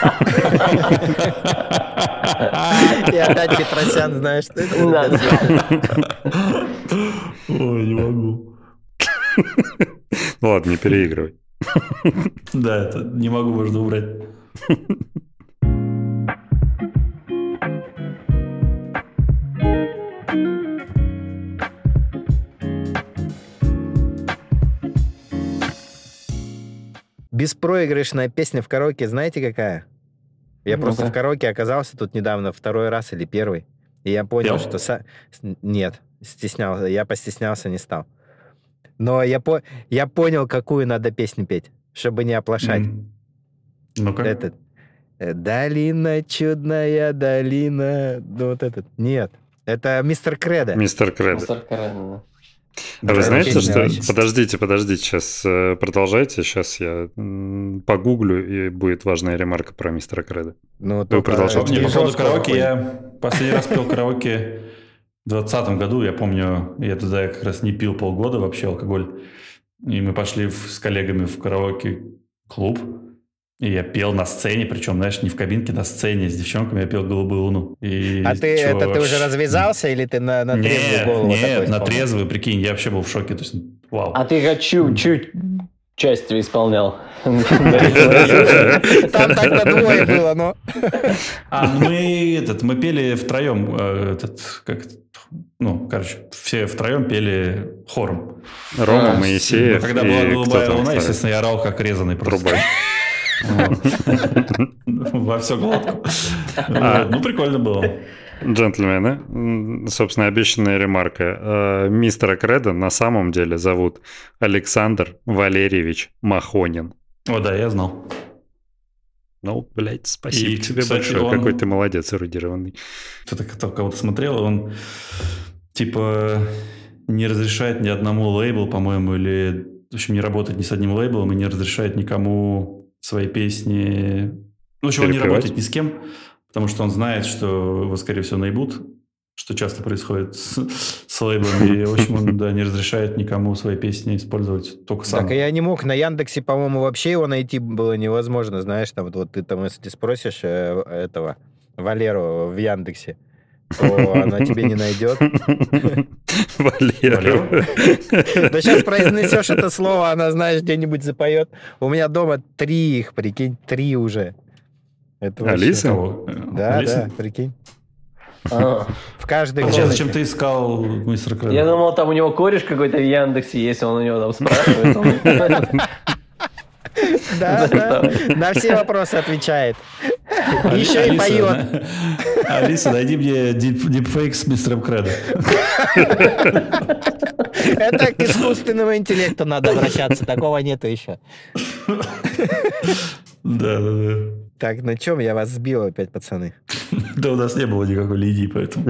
И опять Петросян, знаешь, что это? Ой, не могу. Ладно, не переигрывай. Да, это не могу, можно убрать. Беспроигрышная песня в караоке, знаете какая? Я просто в караоке оказался тут недавно, второй раз или первый. И я понял, что... Нет, стеснялся. Я постеснялся, не стал. Но я понял, какую надо песню петь, чтобы не оплошать. Ну-ка. Этот. Долина, чудная долина. Ну, вот этот. Нет. Это Мистер Кредо. Мистер Кредо. Мистер Кредо. А вы знаете, что... Подождите, сейчас продолжайте. Сейчас я погуглю, и будет важная ремарка про мистера Кредо. Ну, вы продолжайте. По поводу караоке, я последний раз пел караоке в 2020 году. Я помню, я тогда как раз не пил полгода вообще алкоголь. И мы пошли с коллегами в караоке-клуб. И я пел на сцене, причем, знаешь, не в кабинке, на сцене с девчонками я пел «Голубую луну». И а ты уже развязался или ты на трезвую голову? Нет, на трезвую, прикинь, я вообще был в шоке. То есть, вау. А ты чуть часть исполнял? Там так-то двое было, но... Мы пели втроем, все втроем пели хором. Рома, Моисеев. Когда была «Голубая луна», естественно, я орал как резаный просто. Во всю глотку. Ну, прикольно было. Джентльмены, собственно, обещанная ремарка. Мистера Кредо на самом деле зовут Александр Валерьевич Махонин. О, да, я знал. Ну, блядь, спасибо И, тебе кстати, большое. он- Какой ты молодец, эрудированный. Кто-то кого-то смотрел, он типа не разрешает ни одному лейблу, по-моему, или в общем не работает ни с одним лейблом и не разрешает никому свои песни. Ну, в общем, он не Перепевать? работает ни с кем, потому что он знает, что его, скорее всего, наебут, что часто происходит с лейблами. И, в общем, он не разрешает никому свои песни использовать, только сам. Так, я не мог. На Яндексе, по-моему, вообще его найти было невозможно. Знаешь, там вот ты там, если ты спросишь этого Валеру в Яндексе, то она тебе не найдет. Валера. Да сейчас произнесешь это слово, она, знаешь, где-нибудь запоет. У меня дома 3 их, прикинь, 3 уже. Это вообще- Алиса? Кого? Да, Алиса? да, прикинь. А, В каждой Зачем, комнате. зачем ты искал мистера Крэда? Я думал, там у него кореш какой-то в Яндексе, если он у него там спрашивает. Да, да, на все вопросы отвечает. Еще и поет. Алиса, найди мне дипфейк с мистером Крэдом. Это к искусственному интеллекту надо обращаться, такого нету еще. Да. Так, на чем я вас сбил опять, пацаны? Да у нас не было никакой линии, поэтому...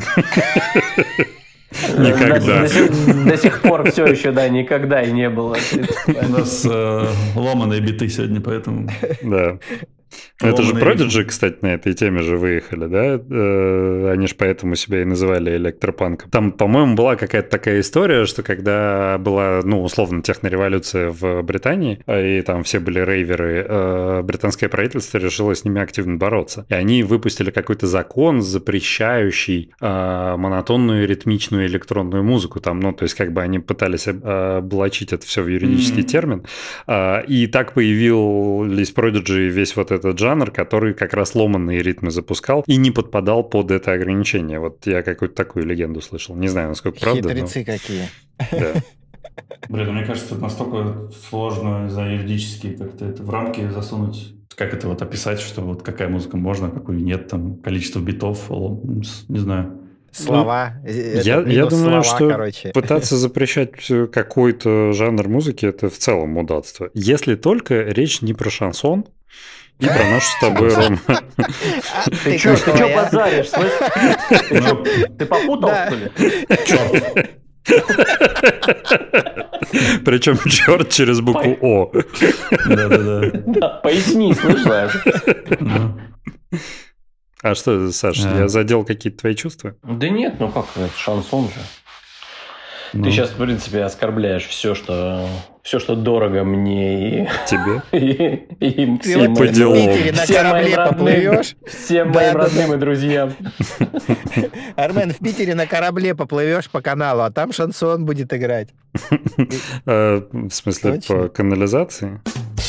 Никогда. До сих пор все еще, да, никогда и не было. У нас ломаные биты сегодня, поэтому... Да. Это же Ломаный Prodigy, кстати, на этой теме же выехали, да? Они же поэтому себя и называли электропанком. Там, по-моему, была какая-то такая история, что когда была, ну, условно, технореволюция в Британии, и там все были рейверы, британское правительство решило с ними активно бороться. И они выпустили какой-то закон, запрещающий монотонную ритмичную электронную музыку. Там, ну, то есть как бы они пытались облачить это все в юридический термин. И так появились Prodigy, весь вот этот жанр, который как раз ломанные ритмы запускал и не подпадал под это ограничение. Вот я какую-то такую легенду слышал. Не знаю, насколько правда. Хитрецы какие. Да. Блин, мне кажется, это настолько сложно, не знаю, юридически как-то это в рамки засунуть. Как это вот описать, что вот какая музыка можно, какую нет, там, количество битов, не знаю. Слова. Я думаю, что пытаться запрещать какой-то жанр музыки – это в целом мудацтво. Если только речь не про шансон и про нашу с тобой, Рома. Ты что базаришь, слышь? Ты попутал, что ли? Черт. Причем черт через букву О. Да. Поясни, слышишь? А что, Саш, я задел какие-то твои чувства? Да нет, ну как, это шансон же. Ты сейчас, в принципе, оскорбляешь все, что дорого мне и тебе. И ты вот в Питере на корабле поплывешь. Всем моим родным и друзьям. Армен, в Питере на корабле поплывешь по каналу, а там шансон будет играть. В смысле, по канализации?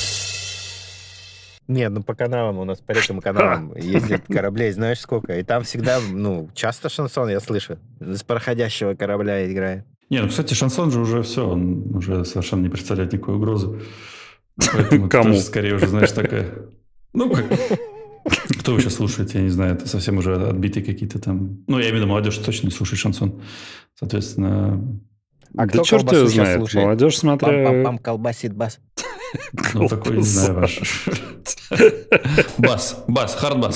Нет, ну по каналам у нас, по рекам и каналам ездят кораблей, знаешь сколько. И там всегда, ну, часто шансон, я слышу, с проходящего корабля играет. Не, ну, кстати, шансон же уже все, он уже совершенно не представляет никакой угрозы. Поэтому кому? тоже скорее уже, знаешь, такая... Ну, как... Кто вы сейчас слушает, я не знаю, это совсем уже отбитые какие-то там... Ну, я имею в виду, молодежь точно не слушает шансон. Соответственно... А да черт его знает, слушает? молодежь, смотря... Пам-пам-пам, колбасит бас. Ну, такой, не знаю, ваш... Бас, хардбас.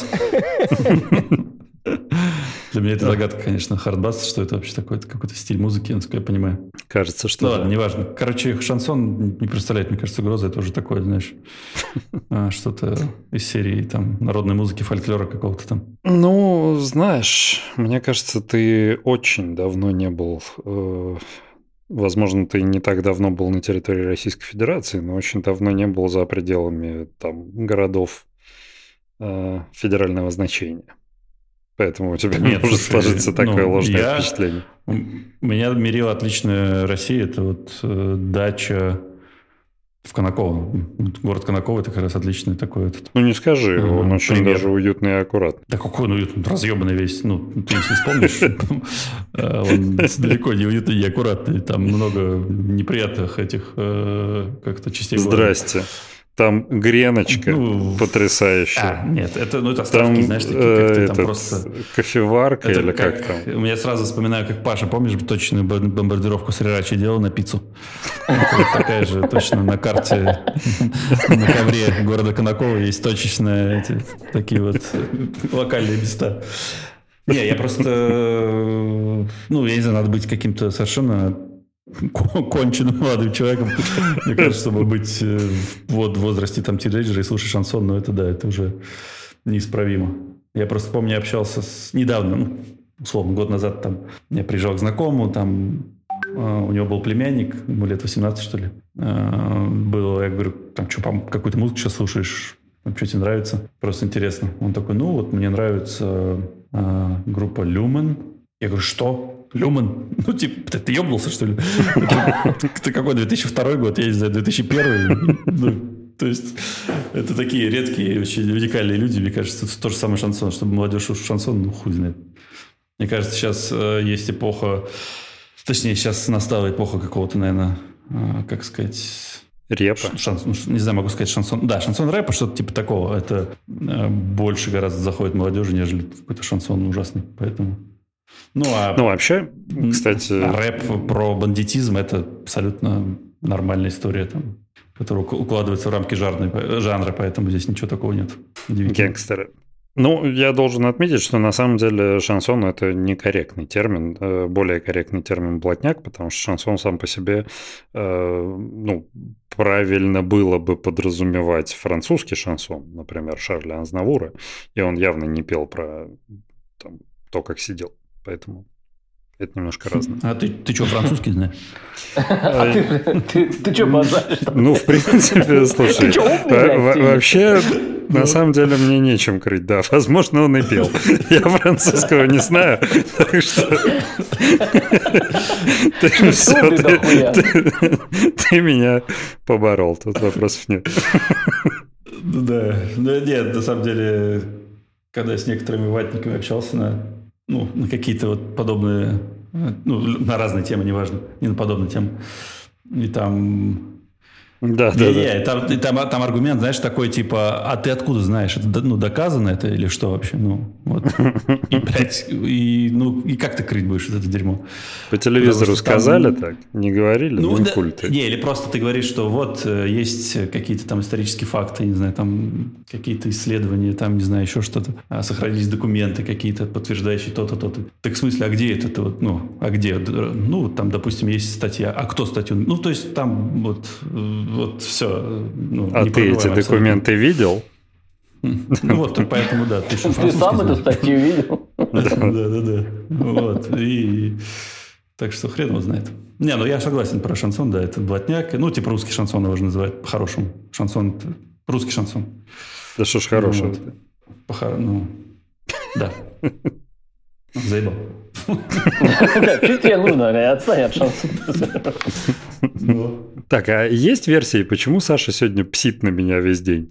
Для меня это загадка, конечно, хардбас, что это вообще такое, это какой-то стиль музыки, насколько я понимаю. Кажется, что... Ну ладно, неважно. Короче, шансон не представляет, мне кажется, угрозы. Это уже такое, знаешь, что-то из серии там народной музыки, фольклора какого-то там. Ну, знаешь, мне кажется, ты очень давно не был... Возможно, ты не так давно был на территории Российской Федерации, но очень давно не был за пределами там городов федерального значения. Поэтому у тебя Нет, может слушай, сложиться такое ложное впечатление. Меня мерила отличная Россия. Это вот дача в Конаково. Город Конаково – это как раз отличный такой... Ну, не скажи, он очень пример. даже уютный и аккуратный. Да какой он уютный, разъебанный весь. Ну, ты если вспомнишь, он далеко не уютный и аккуратный. Там много неприятных этих как-то частей. Здрасте. Там греночка потрясающая. Нет, это оставки, знаешь, такие, как ты там просто... Кофеварка или как там? Я сразу вспоминаю, как Паша, помнишь, точную бомбардировку срирачи делал на пиццу? Такая же точно на карте, на ковре города Конаково есть точечные такие вот локальные места. Не, я просто... я не знаю, надо быть каким-то совершенно... конченым молодым человеком, мне кажется, чтобы быть в возрасте там тинейджера и слушать шансон, но это уже неисправимо. Я просто помню, я общался недавно, условно, год назад, там, я приезжал к знакомому, там, у него был племянник, ему лет 18, что ли. Было, я говорю, там, что, какую-то музыку сейчас слушаешь, что тебе нравится? Просто интересно. Он такой, мне нравится группа Lumen. Я говорю, что? Люман? Ты ебнулся, что ли? Ты какой, 2002 год? Я не знаю, 2001? То есть, это такие редкие, очень уникальные люди. Мне кажется, это то же самое шансон. Чтобы молодежь слушала шансон, хуй знает. Мне кажется, сейчас есть эпоха... Точнее, сейчас настала эпоха какого-то, наверное, как сказать... Репа? Не знаю, могу сказать шансон. Да, шансон рэпа, что-то типа такого. Это больше гораздо заходит молодежи, нежели какой-то шансон ужасный. Поэтому... вообще, кстати... рэп про бандитизм – это абсолютно нормальная история, там, которая укладывается в рамки жанра, поэтому здесь ничего такого нет. Гангстеры. Я должен отметить, что на самом деле шансон – это некорректный термин. Более корректный термин – блатняк, потому что шансон сам по себе, правильно было бы подразумевать французский шансон, например, Шарля Азнавура, и он явно не пел про то, как сидел. Поэтому это немножко разное. А ты что, французский знаешь? Ты что базаришь? В принципе, слушай, вообще, на самом деле, мне нечем крыть, да. Возможно, он и пел. Я французского не знаю, так что... Ты меня поборол, тут вопросов нет. Да, нет, на самом деле, когда я с некоторыми ватниками общался на какие-то вот подобные, на разные темы, неважно, не на подобные темы. И там... Да. Там аргумент, знаешь, такой типа, а ты откуда знаешь? Это доказано это или что вообще? И, блядь, и как ты крыть будешь это дерьмо? По телевизору сказали так? Не говорили? Или просто ты говоришь, что вот есть какие-то там исторические факты, не знаю, там какие-то исследования, там, не знаю, еще что-то. Сохранились документы какие-то, подтверждающие то-то, то-то. Так в смысле, а где это? А где? Там, допустим, есть статья. А кто статью? То есть там вот все. А ты эти документы видел? Поэтому да. Ты сам эту статью видел? Да. Вот. И так что хрен его знает. Я согласен про шансон, да, это блатняк. Типа русский шансон его же называют по-хорошему. Шансон – это русский шансон. Да что ж хорошего. Да. Заебал. Чуть тебе нужно, отстань от шансона. Так, а есть версии, почему Саша сегодня псит на меня весь день?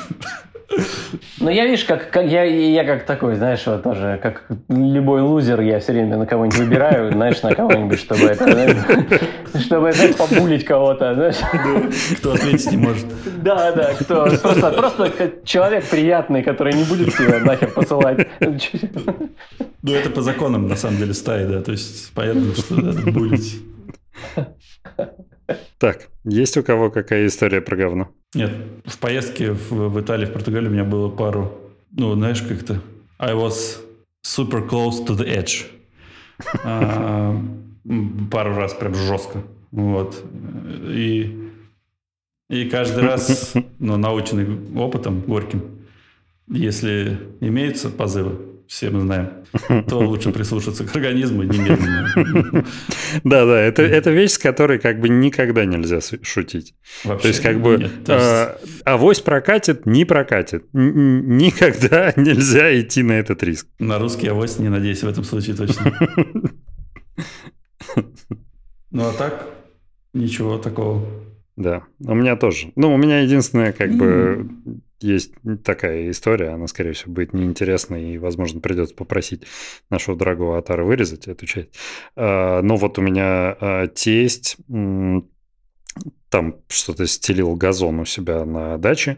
Я, видишь, я как такой, знаешь, вот тоже, как любой лузер, я все время на кого-нибудь выбираю, знаешь, на кого-нибудь, чтобы побулить кого-то, знаешь. Кто ответить не может. Да, кто просто человек приятный, который не будет тебя нахер посылать. Это по законам, на самом деле, стаи, да, то есть понятно, что надо булить. Так, есть у кого какая история про говно? Нет, в поездке в Италии, в Португалии у меня было пару, знаешь, как-то I was super close to the edge. Пару раз прям жестко. Вот. И каждый раз, наученный опытом горьким, если имеются позывы, все мы знаем, то лучше прислушаться к организму немедленно. Да, это вещь, с которой как бы никогда нельзя шутить. Вообще, то есть как бы авось прокатит, не прокатит. Никогда нельзя идти на этот риск. На русский авось не надеюсь в этом случае точно. А так ничего такого. Да, у меня тоже. У меня единственное, как бы, есть такая история, она, скорее всего, будет неинтересной, и, возможно, придется попросить нашего дорогого Атара вырезать эту часть. Но вот у меня тесть там что-то стелил газон у себя на даче,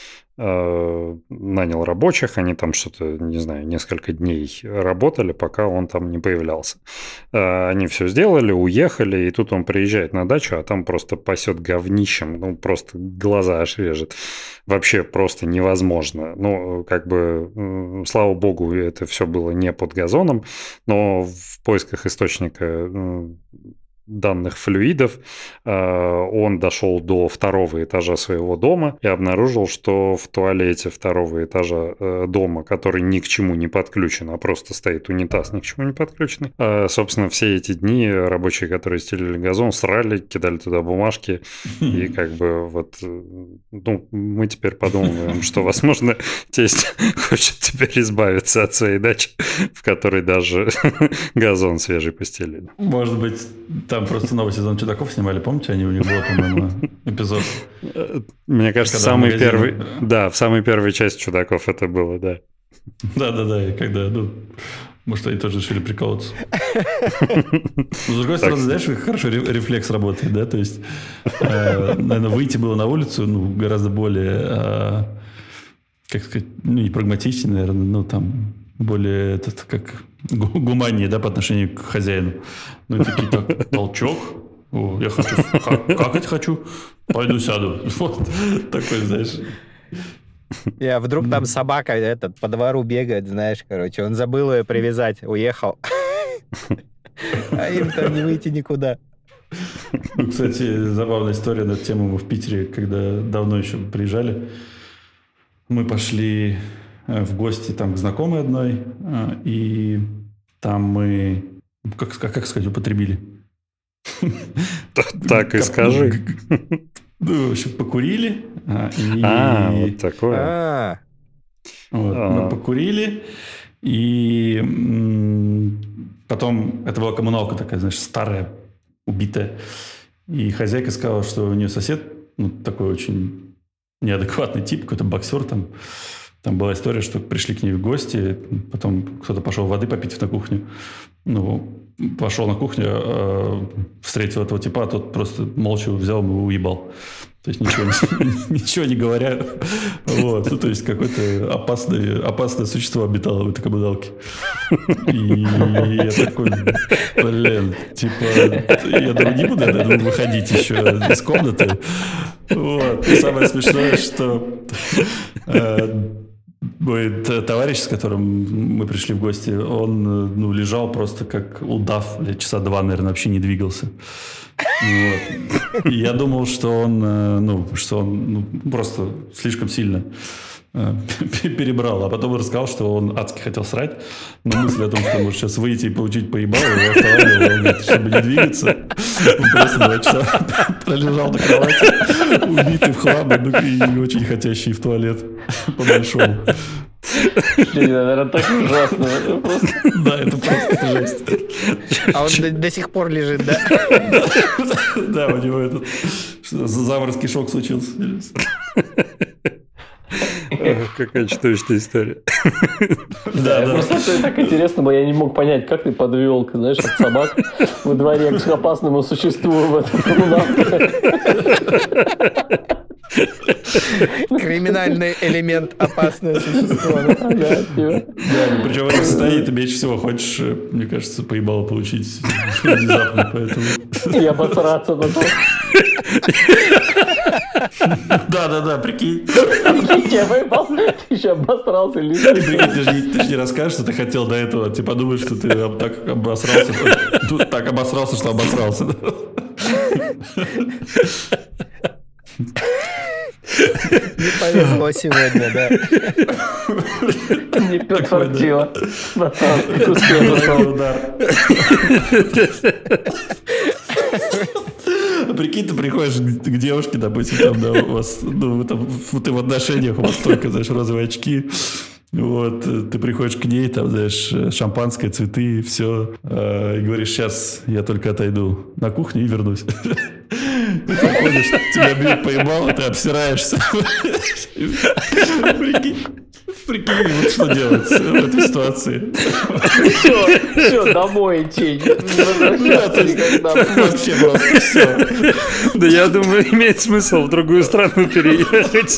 нанял рабочих, они там что-то, не знаю, несколько дней работали, пока он там не появлялся. Они все сделали, уехали, и тут он приезжает на дачу, а там просто пасет говнищем, ну, просто глаза аж режет. Вообще просто невозможно. Ну, как бы, слава богу, это все было не под газоном, но в поисках источника данных флюидов, он дошел до 2-го этажа своего дома и обнаружил, что в туалете 2-го этажа дома, который ни к чему не подключен, а просто стоит унитаз, ни к чему не подключенный, собственно, все эти дни рабочие, которые стелили газон, срали, кидали туда бумажки, и как бы вот, ну, мы теперь подумаем, что, возможно, тесть хочет теперь избавиться от своей дачи, в которой даже газон свежий постелили. Может быть, там просто новый сезон «Чудаков» снимали, помните? Они у них был, по-моему, эпизод. Мне кажется, самый первый... Да, в самой первой части «Чудаков» это было, да. Да-да-да, и когда, ну... Может, они тоже решили приколоться. С другой стороны, знаешь, как хорошо рефлекс работает, да? То есть, наверное, выйти было на улицу, ну, гораздо более, как сказать, ну, не прагматичнее, наверное, ну, там... более как гуманнее, да, по отношению к хозяину. Ну, и такие, так, толчок. О, я хочу какать хочу. Пойду сяду. Вот такой, знаешь. А вдруг там собака по двору бегает, знаешь, короче. Он забыл ее привязать, уехал. А им там не выйти никуда. Ну, кстати, забавная история на эту тему. Мы в Питере, когда давно еще приезжали, мы пошли... в гости там к знакомой одной, и там мы, как сказать, употребили. Так и скажи. Ну, в общем, покурили. Вот такое. Мы покурили, и потом, это была коммуналка такая, знаешь, старая, убитая, и хозяйка сказала, что у нее сосед, ну, такой очень неадекватный тип, какой-то боксер там. Там была история, что пришли к ней в гости, потом кто-то пошел воды попить на кухню. Ну, пошел на кухню, встретил этого типа, а тот просто молча взял его и уебал. То есть ничего не говоря. Вот. Ну, то есть какое-то опасное существо обитало в этой коммуналке. И я такой, блин, типа, я думаю, не буду выходить еще из комнаты. Вот. И самое смешное, что мой товарищ, с которым мы пришли в гости, он, ну, лежал просто как удав, часа 2, наверное, вообще не двигался. Вот. И я думал, что он просто слишком сильно перебрал. А потом рассказал, что он адски хотел срать. Но мысль о том, что может сейчас выйти и получить поебало, его останавливала. Он говорит, чтобы не двигаться. Он просто 2 часа пролежал на кровати, убитый в хлам, и не очень хотящий в туалет по-большому. Наверное, так ужасно. Да, это просто жесть. А он до сих пор лежит, да? Да, у него этот заморский шок случился. Какая чудовищная история. Да, просто так интересно было, я не мог понять, как ты подвел, знаешь, от собак во дворе к опасному существу в этом коммуналке. Криминальный элемент, опасное существо. Да, причем это стоит, и меньше всего хочешь, мне кажется, поебало получить внезапно, поэтому... И обосраться потом. Да, прикинь. Я поебал, ты еще обосрался. Прикинь, ты же не расскажешь, что ты хотел до этого. Ты подумаешь, что ты так обосрался, что обосрался. Не повезло сегодня, да. Не подфартило. Пацан, удар. Прикинь, ты приходишь к девушке, допустим, там, да, у вас, ну, ты в отношениях, у вас только, знаешь, розовые очки. Вот, ты приходишь к ней, там, знаешь, шампанское, цветы, все. И говоришь, сейчас я только отойду на кухню и вернусь. Ты ходишь, тебя бьют по ебалу, ты обсираешься. Прикинь, вот что делать в этой ситуации. Все, домой идти. Вообще просто все. Да я думаю, имеет смысл в другую страну переехать.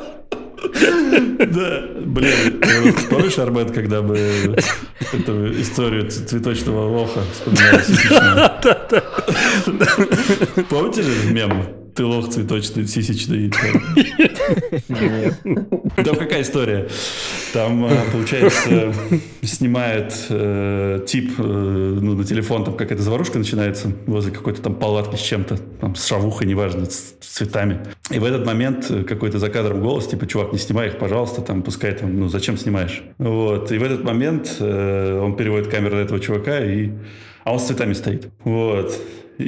Да, блин, помнишь, Армен, когда мы эту историю цветочного лоха вспоминали? Помните же мем? Ты лох цветочный, сисечный. Там какая история? Там, получается, снимает тип на телефон, там какая-то заварушка начинается возле какой-то там палатки с чем-то, там с шавухой, неважно, с цветами. И в этот момент какой-то за кадром голос, типа, чувак, не снимай их, пожалуйста, там, пускай там, ну, зачем снимаешь? Вот. И в этот момент он переводит камеру на этого чувака, а он с цветами стоит. Вот.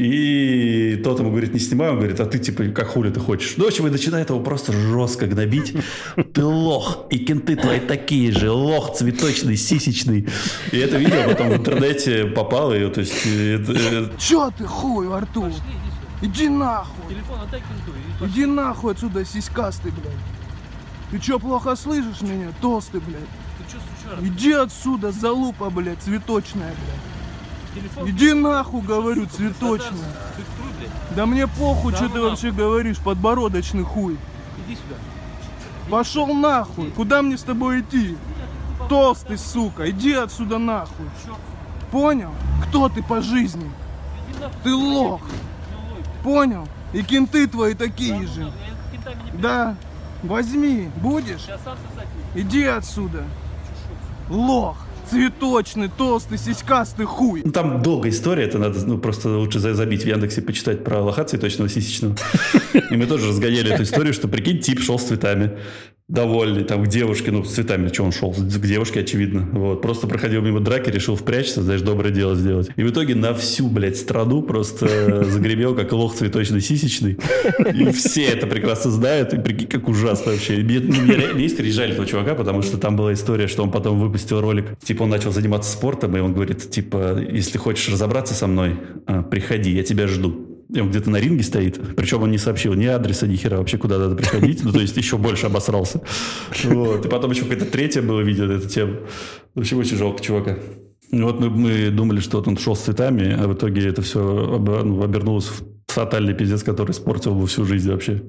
И тот ему говорит, не снимай, он говорит, а ты типа, как хули ты хочешь? Ну, в общем, и начинает его просто жестко гнобить. Ты лох, и кенты твои такие же, лох цветочный, сисечный. И это видео потом в интернете попало, и, то есть... Чё ты хуй, Артур? Иди нахуй. Иди нахуй отсюда, сиськастый, блядь. Ты чё, плохо слышишь меня, толстый, блядь? Иди отсюда, залупа, блядь, цветочная, блядь. Иди нахуй, говорю, цветочная. Да мне похуй, что ты вообще говоришь, подбородочный хуй. Иди сюда. Пошел нахуй, куда мне с тобой идти? Толстый, сука, иди отсюда нахуй. Понял? Кто ты по жизни? Ты лох. Понял? И кенты твои такие же. Да, возьми, будешь? Иди отсюда. Лох. Цветочный, толстый, сиськастый хуй. Ну, там долгая история, это надо просто лучше забить в Яндексе, почитать про лоха цветочного, сисечного. И мы тоже разгоняли эту историю, что, прикинь, тип шел с цветами. Довольный, там, к девушке, с цветами, что он шел, к девушке, очевидно. Вот, просто проходил мимо драки, решил впрячься, знаешь, доброе дело сделать. И в итоге на всю, блядь, страну просто загремел, как лох цветочный, сисечный. И все это прекрасно знают, и прикинь, как ужасно вообще. Мне искренне жаль этого чувака, потому что там была история, что он потом выпустил ролик, типа, он начал заниматься спортом, и он говорит, типа, если хочешь разобраться со мной, приходи, я тебя жду. И он где-то на ринге стоит. Причем он не сообщил ни адреса, ни хера вообще, куда надо приходить. Ну, то есть, еще больше обосрался. Вот. И потом еще какое-то третье было видео на эту тему. В общем, очень жалко чувака. И вот мы думали, что вот он шел с цветами, а в итоге это все обернулось в фатальный пиздец, который испортил бы всю жизнь вообще.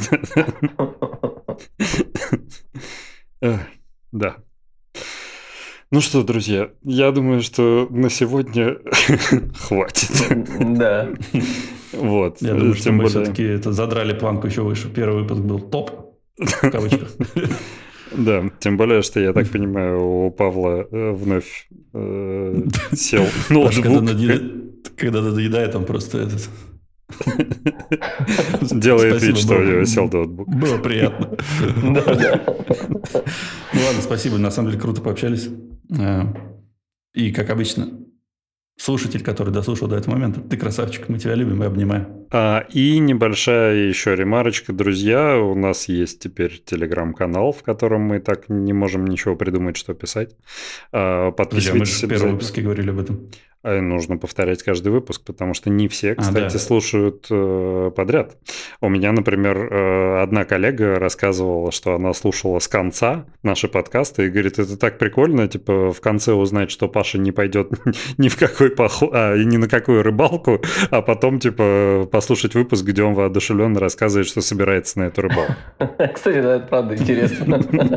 Да. Ну что, друзья, я думаю, что на сегодня хватит. Да. Вот. Я думаю, что мы все-таки задрали планку еще выше. Первый выпуск был топ, в кавычках. Да, тем более, что, я так понимаю, у Павла вновь сел ноутбук. Когда надоедает, он просто этот... Делает вид, что у него сел ноутбук. Было приятно. Ну ладно, спасибо. На самом деле круто пообщались. И, как обычно, слушатель, который дослушал до этого момента, ты красавчик, мы тебя любим и обнимаем. И небольшая еще ремарочка, друзья, у нас есть теперь телеграм-канал, в котором мы так не можем ничего придумать, что писать. Подписывайтесь. Мы же в первом выпуске говорили об этом. Нужно повторять каждый выпуск, потому что не все, кстати, слушают подряд. У меня, например, одна коллега рассказывала, что она слушала с конца наши подкасты и говорит, это так прикольно, типа в конце узнать, что Паша не пойдет ни в какой поход, ни на какую рыбалку, а потом типа послушать выпуск, где он воодушевленно рассказывает, что собирается на эту рыбалку. Кстати, это правда интересно.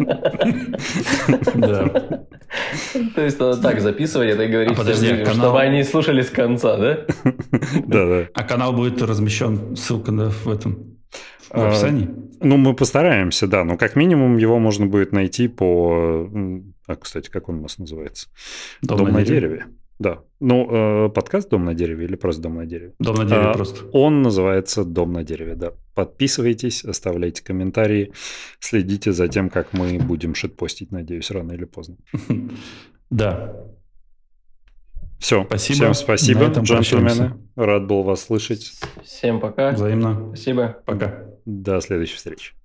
Да. То есть надо так записывать это и говорить, чтобы они слушали с конца, да? Да. А канал будет размещен, ссылка в этом, в описании? Ну, мы постараемся, да. Но как минимум его можно будет найти по... кстати, как он у нас называется? Дом на дереве. Да. Ну, подкаст «Дом на дереве» или просто «Дом на дереве»? «Дом на дереве» просто. Он называется «Дом на дереве», да. Подписывайтесь, оставляйте комментарии, следите за тем, как мы будем шитпостить, надеюсь, рано или поздно. Да. Все. Спасибо. Всем спасибо, джентльмены. Рад был вас слышать. Всем пока. Взаимно. Спасибо. Пока. До следующей встречи.